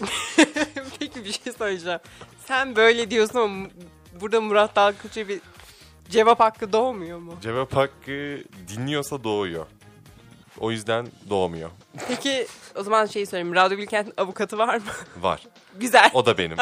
C: Peki bir şey söyleyeceğim. Sen böyle diyorsun ama burada Murat Dalkılıç'a bir cevap hakkı doğmuyor mu?
B: Cevap hakkı dinliyorsa doğuyor. O yüzden doğmuyor.
C: Peki o zaman şeyi söyleyeyim. Radyo Bilkent'in avukatı var mı?
B: Var.
C: Güzel.
B: O da benim.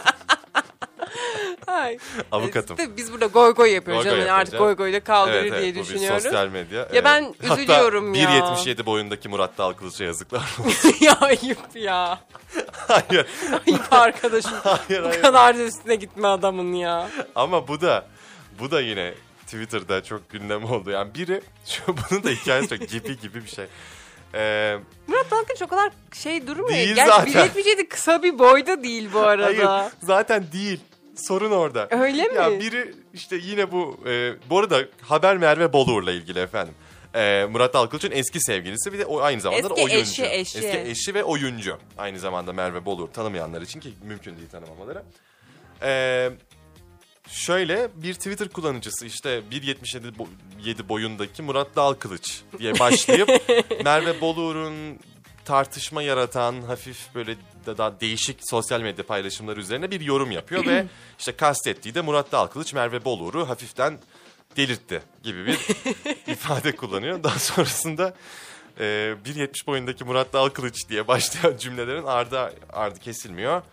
C: Ay.
B: Avukatım.
C: Tabii biz burada goy goy yapıyoruz.
B: Goy goy
C: canım. Yani artık
B: yapacağız.
C: goy goy da kaldırır
B: Evet, evet,
C: diye
B: bu bir
C: düşünüyorum.
B: sosyal medya.
C: Ya ben üzülüyorum
B: Hatta
C: ya.
B: bir yetmiş yedi boyundaki Murat Dalkılıç'a yazıklar olsun.
C: Ya ayıp ya.
B: Hayır.
C: Ayıp arkadaşım.
B: Hayır,
C: Bu
B: hayır.
C: kadar da üstüne gitme adamın ya.
B: Ama bu da bu da yine Twitter'da çok gündem oldu. Yani biri şu bunun da hikayesi çok gibi gibi bir şey. Ee,
C: Murat Dalkılıç o kadar şey durmuyor.
B: Değil
C: Gerçi
B: zaten.
C: bir yetmiş yedi kısa bir boyda değil bu arada.
B: hayır zaten değil. Sorun orada.
C: Öyle mi?
B: Ya biri işte yine bu e, bu arada haber Merve Boluğur'la ilgili efendim. E, Murat Dalkılıç'ın eski sevgilisi bir de o aynı zamanda
C: Eski
B: oyuncu.
C: eşi, eşi.
B: Eski eşi ve oyuncu. Aynı zamanda Merve Boluğur, tanımayanlar için ki mümkün değil tanımamaları. E, şöyle bir Twitter kullanıcısı işte bir yetmiş yedi boyundaki Murat Dalkılıç diye başlayıp Merve Boluğur'un tartışma yaratan hafif böyle da daha değişik sosyal medya paylaşımları üzerine bir yorum yapıyor ve işte kastettiği de Murat Dalkılıç Merve Boluğur'u hafiften delirtti gibi bir ifade kullanıyor. Daha sonrasında e, bir yetmiş boyundaki Murat Dalkılıç diye başlayan cümlelerin ardı ardı kesilmiyor.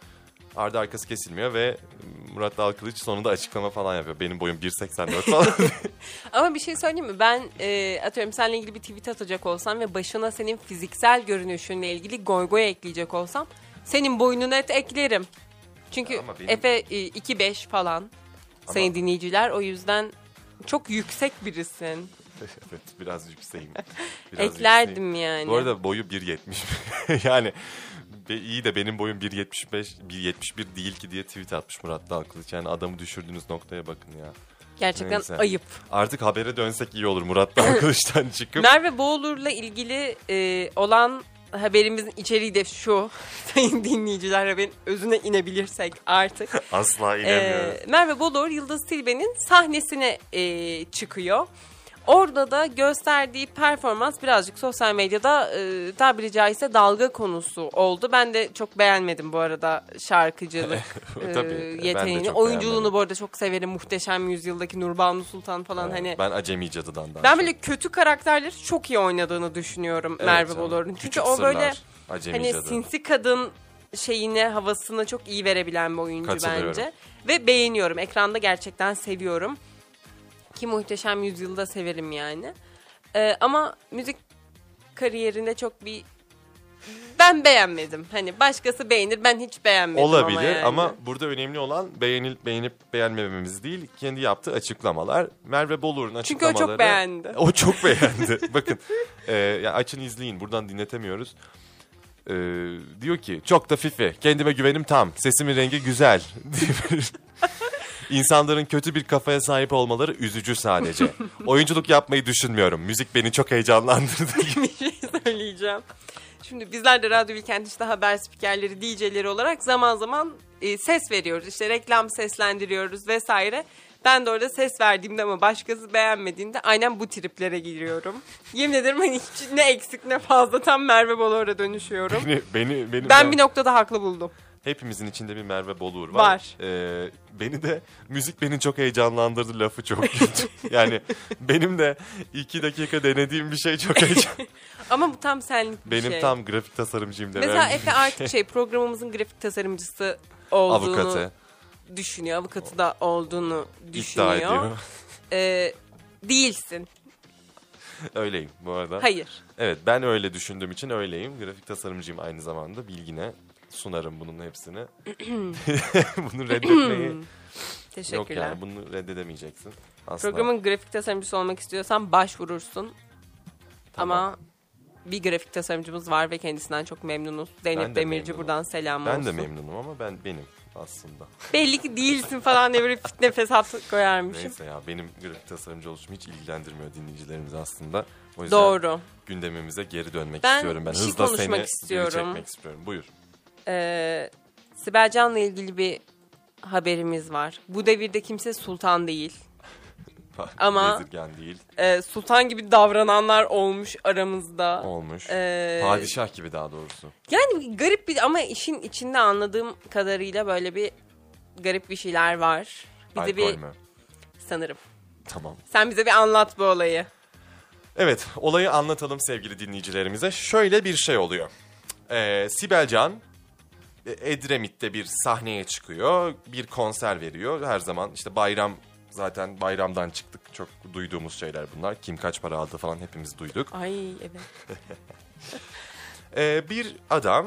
B: ardı arkası kesilmiyor ve Murat Dalkılıç sonunda açıklama falan yapıyor. Benim boyum bir seksen dört falan.
C: Ama bir şey söyleyeyim mi? Ben e, atıyorum seninle ilgili bir tweet atacak olsam ve başına senin fiziksel görünüşünle ilgili goy goy ekleyecek olsam senin boyunu net eklerim. Çünkü benim... Efe e, iki beş falan ama... sayın dinleyiciler, o yüzden çok yüksek birisin.
B: Evet, biraz yükseğim. Biraz
C: Eklerdim
B: yükseğim.
C: Yani.
B: Bu arada boyu bir yetmiş. Yani iyi de benim boyum bir yetmiş beş, bir yetmiş bir değil ki diye tweet atmış Murat Dalkılıç. Yani adamı düşürdüğünüz noktaya bakın ya.
C: Gerçekten
B: Neyse.
C: Ayıp.
B: Artık habere dönsek iyi olur Murat Dalkılıç'tan çıkıp.
C: Merve Boğulur'la ilgili e, olan haberimizin içeriği de şu. Sayın dinleyiciler, haberin özüne inebilirsek artık.
B: Asla inemiyoruz.
C: E, Merve Boğulur Yıldız Tilbe'nin sahnesine e, çıkıyor. Orada da gösterdiği performans birazcık sosyal medyada e, tabiri caizse dalga konusu oldu. Ben de çok beğenmedim bu arada şarkıcılık
B: Tabii,
C: e, yeteneğini. Oyunculuğunu beğenmedim. Bu arada çok severim. Muhteşem Yüzyıl'daki Nurbanu Sultan falan. Evet, hani.
B: Ben Acemi Cadı'dan daha
C: Ben
B: çok.
C: böyle kötü karakterleri çok iyi oynadığını düşünüyorum, evet, Merve Boğulur'un. Çünkü
B: Küçük
C: o
B: sırlar,
C: böyle
B: Acemi
C: hani
B: Cadı.
C: sinsi kadın şeyine, havasını çok iyi verebilen bir oyuncu bence. Ve beğeniyorum. Ekranda gerçekten seviyorum. Ki Muhteşem Yüzyıl'da severim yani. Ee, ama müzik kariyerinde çok bir ben beğenmedim. Hani başkası beğenir, ben hiç beğenmedim.
B: Olabilir
C: ama, yani.
B: Ama burada önemli olan beğenip beğenip beğenmememiz değil, kendi yaptığı açıklamalar. Merve Boğulur'un açıklamaları.
C: Çünkü o çok beğendi.
B: O çok beğendi. Bakın e, yani açın izleyin, buradan dinletemiyoruz. E, diyor ki çok da fifi, kendime güvenim tam, sesimin rengi güzel. İnsanların kötü bir kafaya sahip olmaları üzücü sadece. Oyunculuk yapmayı düşünmüyorum. Müzik beni çok heyecanlandırdı.
C: Bir şey söyleyeceğim. Şimdi bizler de Radyo Bilkent işte haber spikerleri, D J'leri olarak zaman zaman e, ses veriyoruz. İşte reklam seslendiriyoruz vesaire. Ben de orada ses verdiğimde ama başkası beğenmediğinde aynen bu triplere giriyorum. Yemin ederim hani hiç ne eksik ne fazla, tam Merve Boğulur'a dönüşüyorum.
B: Beni, beni, benim
C: ben
B: de...
C: bir noktada haklı buldum.
B: Hepimizin içinde bir Merve Boğulur var.
C: Var.
B: Ee, beni de müzik beni çok heyecanlandırdı lafı çok kötü. Yani benim de iki dakika denediğim bir şey çok heyecan.
C: Ama bu tam senlik bir
B: benim
C: şey.
B: Benim tam grafik tasarımcıyım demem.
C: Mesela Efe artık şey programımızın grafik tasarımcısı olduğunu
B: Avukatı.
C: düşünüyor. Avukatı da olduğunu düşünüyor.
B: İddia ediyor.
C: Ee, değilsin.
B: Öyleyim bu arada.
C: Hayır.
B: Evet, ben öyle düşündüğüm için öyleyim. Grafik tasarımcıyım aynı zamanda, bilgine sunarım bunun hepsini. Bunu reddetmeyi
C: Teşekkürler.
B: yok yani, bunu reddedemeyeceksin. Asla.
C: Programın grafik tasarımcısı olmak istiyorsan başvurursun. Tamam. Ama bir grafik tasarımcımız var ve kendisinden çok memnunuz. Zeynep
B: de
C: Demirci
B: memnunum.
C: buradan selam
B: ben
C: olsun.
B: Ben de memnunum ama ben benim aslında.
C: Belli ki değilsin falan diye böyle fitne fesat koyarmışım.
B: Neyse ya, benim grafik tasarımcı oluşum hiç ilgilendirmiyor dinleyicilerimizi aslında. O yüzden
C: doğru.
B: Gündemimize geri dönmek
C: ben
B: istiyorum. Ben
C: bir şey
B: hızla
C: konuşmak
B: seni
C: istiyorum.
B: geri çekmek istiyorum. Buyur.
C: Ee, Sibel Can'la ilgili bir haberimiz var. Bu devirde kimse sultan değil. Ama
B: değil.
C: E, sultan gibi davrananlar olmuş aramızda.
B: Olmuş.
C: Ee,
B: Padişah gibi daha doğrusu.
C: Yani garip bir, ama işin içinde anladığım kadarıyla böyle bir garip bir şeyler var. Bir
B: Alkol
C: de bir
B: mü?
C: sanırım.
B: Tamam.
C: Sen bize bir anlat bu olayı.
B: Evet, olayı anlatalım sevgili dinleyicilerimize. Şöyle bir şey oluyor. Ee, Sibel Can Edremit'te bir sahneye çıkıyor. Bir konser veriyor. Her zaman işte bayram, zaten bayramdan çıktık. Çok duyduğumuz şeyler bunlar. Kim kaç para aldı falan hepimiz duyduk.
C: Ay evet.
B: ee, bir adam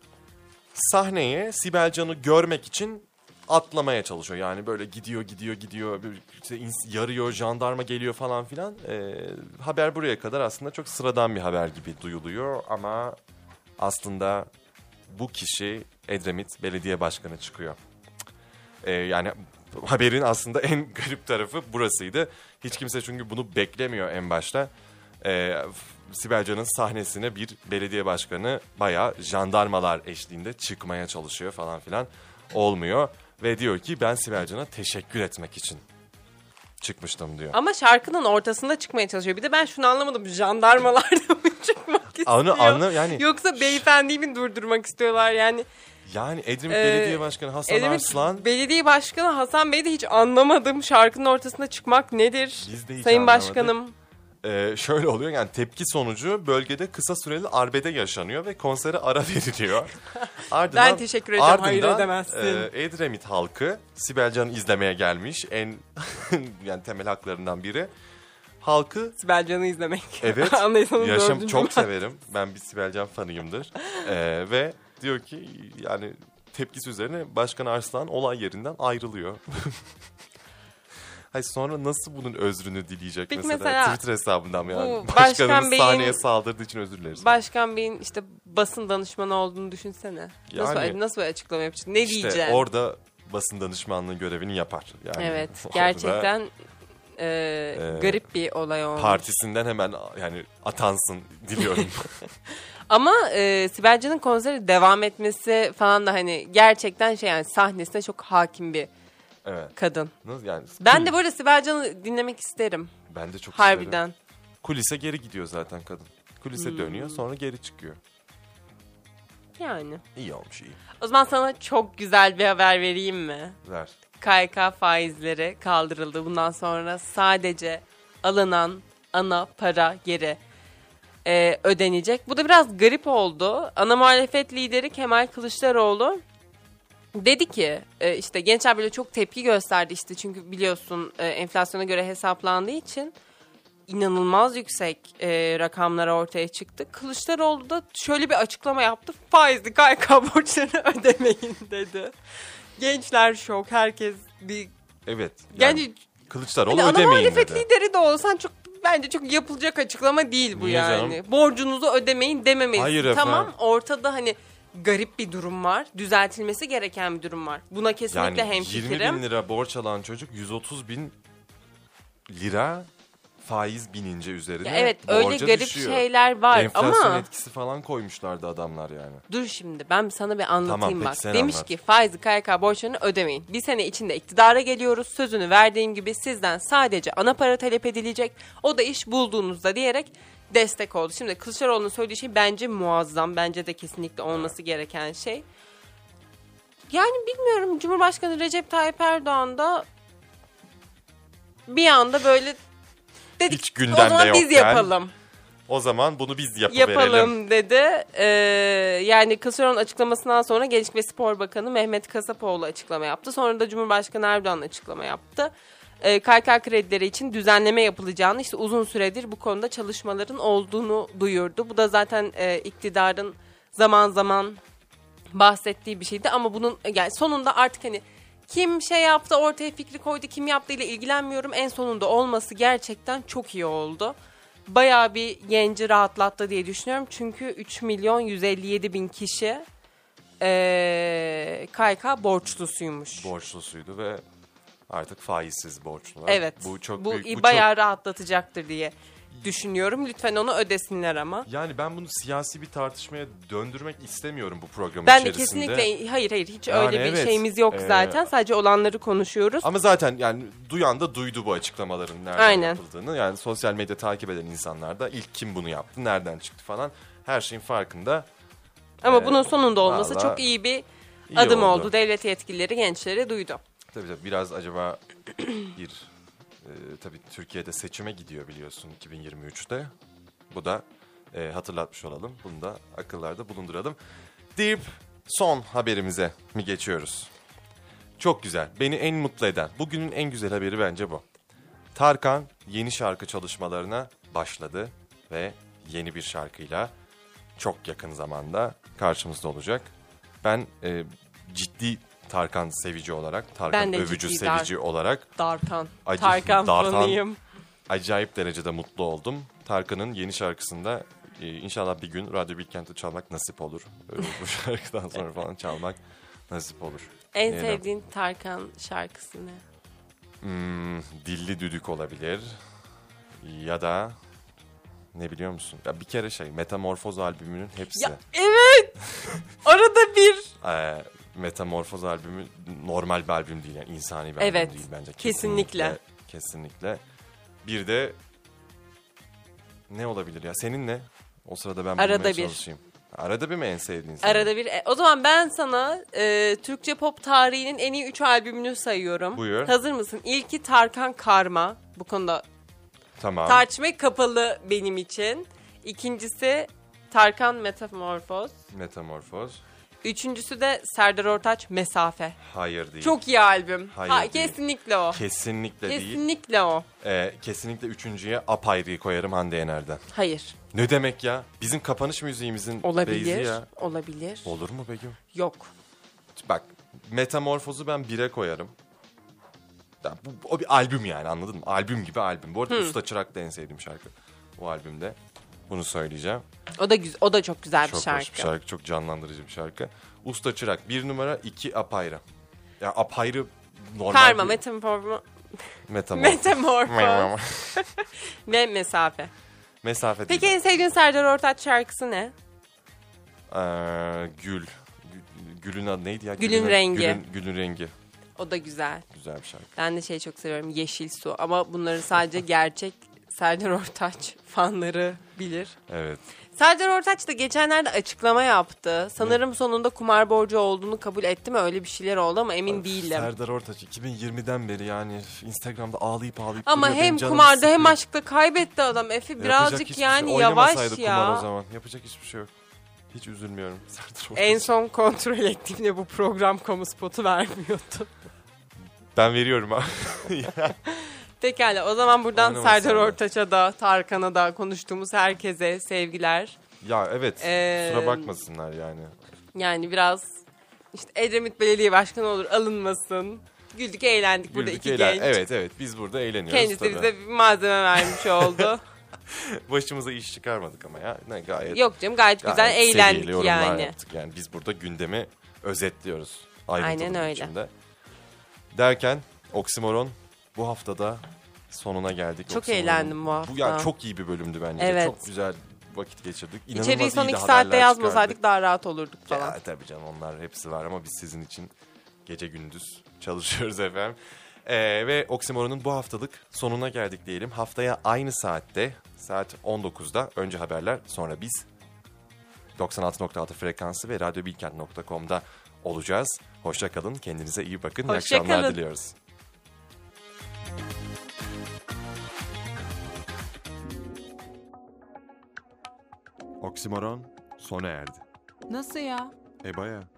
B: sahneye Sibel Can'ı görmek için atlamaya çalışıyor. Yani böyle gidiyor gidiyor gidiyor. İşte yarıyor, jandarma geliyor falan filan. Ee, haber buraya kadar aslında çok sıradan bir haber gibi duyuluyor. Ama aslında bu kişi Edremit Belediye Başkanı çıkıyor. Ee, yani haberin aslında en garip tarafı burasıydı. Hiç kimse çünkü bunu beklemiyor en başta. Ee, Sibel Can'ın sahnesine bir belediye başkanı bayağı jandarmalar eşliğinde çıkmaya çalışıyor falan filan. Olmuyor. Ve diyor ki ben Sibel Can'a teşekkür etmek için çıkmıştım diyor.
C: Ama şarkının ortasında çıkmaya çalışıyor. Bir de ben şunu anlamadım. Jandarmalar da mı çıkmak istiyor?
B: Onu anla yani.
C: Yoksa beyefendiyi mi durdurmak istiyorlar yani?
B: Yani Edremit
C: Ee,
B: Belediye Başkanı Hasan
C: Edremit
B: Arslan.
C: Belediye Başkanı Hasan Bey de hiç anlamadım. Şarkının ortasında çıkmak nedir?
B: Biz de hiç
C: Sayın
B: anlamadık.
C: Başkanım.
B: Ee, e, şöyle oluyor, yani tepki sonucu bölgede kısa süreli arbede yaşanıyor ve konsere ara veriliyor. Ardından,
C: Ben teşekkür ederim,
B: ardından,
C: hayır edemezsin.
B: E, Edremit halkı Sibel Can'ı izlemeye gelmiş, en yani temel haklarından biri. Halkı
C: Sibel Can'ı izlemek.
B: Evet.
C: Anlaysanız
B: Yaşam
C: dördüncü
B: çok
C: ben.
B: severim. Ben bir Sibel Can fanıyımdır. Ee, ve diyor ki yani tepkisi üzerine Başkan Arslan olay yerinden ayrılıyor. Hayır, sonra nasıl bunun özrünü dileyecek
C: Peki
B: mesela?
C: mesela
B: Twitter hesabından mı yani?
C: bu
B: Başkanımız
C: Başkan Bey'in-
B: sahneye saldırdığı için özür dileriz.
C: Başkan Bey'in işte basın danışmanı olduğunu düşünsene. Nasıl,
B: Yani-
C: nasıl bir açıklama yapacak? Ne
B: İşte
C: diyeceksin?
B: orada basın danışmanlığı görevini yapar. Yani
C: Evet,
B: orada
C: gerçekten e, garip bir olay olmuş.
B: partisinden hemen yani atansın diliyorum.
C: Ama e, Sibel Can'ın konseri devam etmesi falan da hani gerçekten şey, yani sahnesine çok hakim bir
B: Evet.
C: kadın.
B: Nasıl yani?
C: Ben de böyle Sibel Can'ı dinlemek isterim.
B: Ben de çok isterim.
C: Harbiden.
B: Kulise geri gidiyor zaten kadın. Kulise
C: Hmm.
B: dönüyor, sonra geri çıkıyor.
C: Yani.
B: İyi olmuş, iyi.
C: O zaman sana çok güzel bir haber vereyim mi?
B: Ver.
C: K Y K faizleri kaldırıldı. Bundan sonra sadece alınan ana para geri e, ödenecek. Bu da biraz garip oldu. Ana muhalefet lideri Kemal Kılıçdaroğlu dedi ki e, işte gençler böyle çok tepki gösterdi işte, çünkü biliyorsun e, enflasyona göre hesaplandığı için inanılmaz yüksek e, rakamlar ortaya çıktı. Kılıçdaroğlu da şöyle bir açıklama yaptı. Faizli K Y K borçlarını ödemeyin dedi. Gençler şok, herkes bir
B: Evet. Yani,
C: yani
B: Kılıçdaroğlu
C: hani ana
B: ödemeyin
C: muhalefet
B: dedi.
C: lideri de olsan çok, bence çok yapılacak açıklama değil bu.
B: Niye
C: yani.
B: canım?
C: Borcunuzu ödemeyin dememelisin.
B: Hayır efendim.
C: Tamam, ortada hani garip bir durum var. Düzeltilmesi gereken bir durum var. Buna kesinlikle
B: Yani
C: hemfikirim.
B: yirmi bin lira borç alan çocuk yüz otuz bin lira faiz binince üzerine
C: Ya evet, öyle
B: borca
C: garip
B: düşüyor.
C: şeyler var
B: Enflasyon
C: ama
B: etkisi falan koymuşlardı adamlar yani.
C: dur şimdi ben sana bir anlatayım.
B: Tamam, peki
C: bak.
B: sen
C: Demiş
B: anlat.
C: ki faizli K Y K borçlarını ödemeyin. Bir sene içinde iktidara geliyoruz. Sözünü verdiğim gibi sizden sadece ana para talep edilecek. O da iş bulduğunuzda diyerek destek oldu. Şimdi Kılıçdaroğlu'nun söylediği şey bence muazzam. Bence de kesinlikle olması gereken şey. Yani bilmiyorum, Cumhurbaşkanı Recep Tayyip Erdoğan da bir anda böyle dedik
B: Hiç
C: o
B: gündemde
C: zaman biz
B: yokken
C: yapalım.
B: O zaman bunu biz yapıverelim.
C: Yapalım dedi. Ee, yani Kılıçdaroğlu'nun açıklamasından sonra Gençlik ve Spor Bakanı Mehmet Kasapoğlu açıklama yaptı. Sonra da Cumhurbaşkanı Erdoğan açıklama yaptı. Ee, K Y K kredileri için düzenleme yapılacağını, işte uzun süredir bu konuda çalışmaların olduğunu duyurdu. Bu da zaten e, iktidarın zaman zaman bahsettiği bir şeydi. Ama bunun yani sonunda artık hani kim şey yaptı, ortaya fikri koydu, kim yaptı ile ilgilenmiyorum. En sonunda olması gerçekten çok iyi oldu. Bayağı bir genci rahatlattı diye düşünüyorum. Çünkü üç milyon yüz elli yedi bin kişi ee, K Y K borçlusuymuş.
B: Borçlusuydu ve artık faizsiz borçlular.
C: Evet.
B: Bu çok
C: bu
B: büyük. Bu
C: bayağı
B: çok...
C: rahatlatacaktır diye düşünüyorum. Lütfen onu ödesinler ama.
B: Yani ben bunu siyasi bir tartışmaya döndürmek istemiyorum bu programın
C: Ben de
B: içerisinde.
C: kesinlikle hayır hayır hiç
B: Yani
C: öyle bir
B: evet,
C: şeyimiz yok
B: ee,
C: zaten. Sadece olanları konuşuyoruz.
B: Ama zaten yani duyan da duydu bu açıklamaların nereden
C: Aynen.
B: yapıldığını. Yani sosyal medya takip eden insanlar da ilk kim bunu yaptı, nereden çıktı falan, her şeyin farkında.
C: Ama
B: Ee,
C: bunun sonunda olması
B: vallahi
C: çok iyi bir
B: iyi
C: adım
B: oldu.
C: oldu. Devlet yetkilileri gençlere duydu.
B: Tabii tabii biraz acaba bir e, tabii Türkiye'de seçime gidiyor biliyorsun iki bin yirmi üçte. Bu da e, hatırlatmış olalım. Bunu da akıllarda bulunduralım. Deyip son haberimize mi geçiyoruz? Çok güzel. Beni en mutlu eden, bugünün en güzel haberi bence bu. Tarkan yeni şarkı çalışmalarına başladı ve yeni bir şarkıyla çok yakın zamanda karşımızda olacak. Ben e, ciddi Tarkan sevici olarak, Tarkan
C: Ben de
B: övücü
C: ciddi
B: sevici
C: Dar-
B: olarak
C: Dartan.
B: Acı-
C: Tarkan
B: Dartan.
C: fanıyım.
B: acayip derecede mutlu oldum. Tarkan'ın yeni şarkısında e, inşallah bir gün Radyo Bilkent'te çalmak nasip olur. E, bu şarkıdan sonra falan çalmak nasip olur.
C: En
B: Diyelim.
C: sevdiğin Tarkan şarkısı ne?
B: Hmm, Dilli Düdük olabilir. Ya da ne biliyor musun? Ya bir kere şey Metamorfoz albümünün hepsi.
C: Ya evet. Arada bir.
B: Ee, Metamorfoz albümü normal bir albüm değil, yani insani bir
C: Evet,
B: albüm değil bence.
C: kesinlikle.
B: Kesinlikle. Bir de ne olabilir ya? Senin ne? O sırada ben
C: Arada
B: bulmaya
C: bir.
B: çalışayım. Arada bir mi en sevdiğin senin?
C: Arada bir. E, o zaman ben sana e, Türkçe pop tarihinin en iyi üç albümünü sayıyorum.
B: Buyur.
C: Hazır mısın? İlki Tarkan Karma. Bu konuda
B: Tamam.
C: Tartışmaya kapalı benim için. İkincisi Tarkan Metamorfoz.
B: Metamorfoz.
C: Üçüncüsü de Serdar Ortaç Mesafe.
B: Hayır değil.
C: Çok iyi albüm.
B: Hayır
C: ha,
B: değil.
C: Kesinlikle o.
B: Kesinlikle değil.
C: Kesinlikle o.
B: Ee, kesinlikle üçüncüye apayrıyı koyarım Hande Yener'den.
C: Hayır.
B: Ne demek ya? Bizim kapanış müziğimizin
C: Olabilir.
B: beyzi ya.
C: Olabilir.
B: Olur mu Begüm?
C: Yok.
B: Bak, Metamorfoz'u ben bire koyarım. Ya bu, o bir albüm yani, anladın mı? Albüm gibi albüm. Bu arada
C: Hı.
B: Usta Çırak da en sevdiğim şarkı. O albümde. Bunu söyleyeceğim.
C: O da güzel. O da çok güzel bir
B: Çok
C: şarkı.
B: hoş bir şarkı. Çok canlandırıcı bir şarkı. Usta Çırak bir numara, iki apayrı. Ya apayrı normal
C: Karma,
B: bir...
C: metamorfoz,
B: Metamorfoz.
C: metamorfoz ve mesafe.
B: Mesafe
C: Peki
B: değil.
C: en sevdiğin Serdar Ortaç şarkısı ne?
B: Ee, Gül. Gül- Gül'ün adı neydi ya?
C: Gül'ün rengi.
B: Gül'ün, Gül'ün rengi.
C: O da güzel.
B: Güzel bir şarkı.
C: Ben de şeyi çok seviyorum. Yeşil Su. Ama bunları sadece gerçek Serdar Ortaç fanları bilir.
B: Evet.
C: Serdar Ortaç da geçenlerde açıklama yaptı. Sanırım sonunda kumar borcu olduğunu kabul etti mi? Öyle bir şeyler oldu ama emin değilim.
B: Serdar Ortaç iki bin yirmiden beri yani Instagram'da ağlayıp ağlayıp
C: Ama
B: duruyor.
C: hem
B: Benim canım
C: kumarda hem
B: sıkıyor.
C: aşkta kaybetti adam. Efe
B: Yapacak
C: birazcık
B: hiçbir
C: yani
B: şey.
C: yavaş
B: Oynamasaydı
C: ya.
B: kumar o zaman. Yapacak hiçbir şey yok. Hiç üzülmüyorum Serdar Ortaç.
C: En son kontrol ettiğimde bu program kamu spotu vermiyordu.
B: Ben veriyorum ha.
C: Pekala, o zaman buradan
B: Oynamasaydı.
C: Serdar Ortaç'a da Tarkan'a da konuştuğumuz herkese sevgiler.
B: Ya evet.
C: Ee,
B: Kusura bakmasınlar yani.
C: Yani biraz işte Edremit Belediye Başkanı olur, alınmasın. Güldük eğlendik burada
B: Güldük,
C: iki
B: eğlen-
C: genç.
B: Evet evet biz burada eğleniyoruz
C: Kendisi
B: tabii.
C: bize bir malzeme vermiş oldu.
B: Başımıza iş çıkarmadık ama ya. Ne, gayet
C: Yok canım, gayet,
B: gayet
C: güzel
B: seviyeli
C: eğlendik
B: yorumlar
C: yani.
B: yaptık. Yani biz burada gündemi özetliyoruz. Ayrıntılı
C: Aynen
B: bir
C: öyle.
B: biçimde. Derken Oksimoron bu haftada sonuna geldik.
C: Çok
B: Oksimoron'un.
C: eğlendim bu hafta.
B: Bu ya çok iyi bir bölümdü bence.
C: Evet.
B: Çok güzel vakit geçirdik. İnanılmaz
C: İçeriği son
B: iyi de
C: iki saatte
B: haberler
C: yazmasaydık
B: çıkardık.
C: daha rahat olurduk falan.
B: Ya tabii canım, onlar hepsi var ama biz sizin için gece gündüz çalışıyoruz efendim. Ee, ve Oksimoron'un bu haftalık sonuna geldik diyelim. Haftaya aynı saatte saat on dokuzda önce haberler sonra biz doksan altı nokta altı frekansı ve radyobilkent nokta com'da olacağız. Hoşça kalın, kendinize iyi bakın. İyi
C: Hoşça
B: akşamlar
C: kalın.
B: diliyoruz. Oksimoron sona erdi.
A: Nasıl ya?
B: E baya.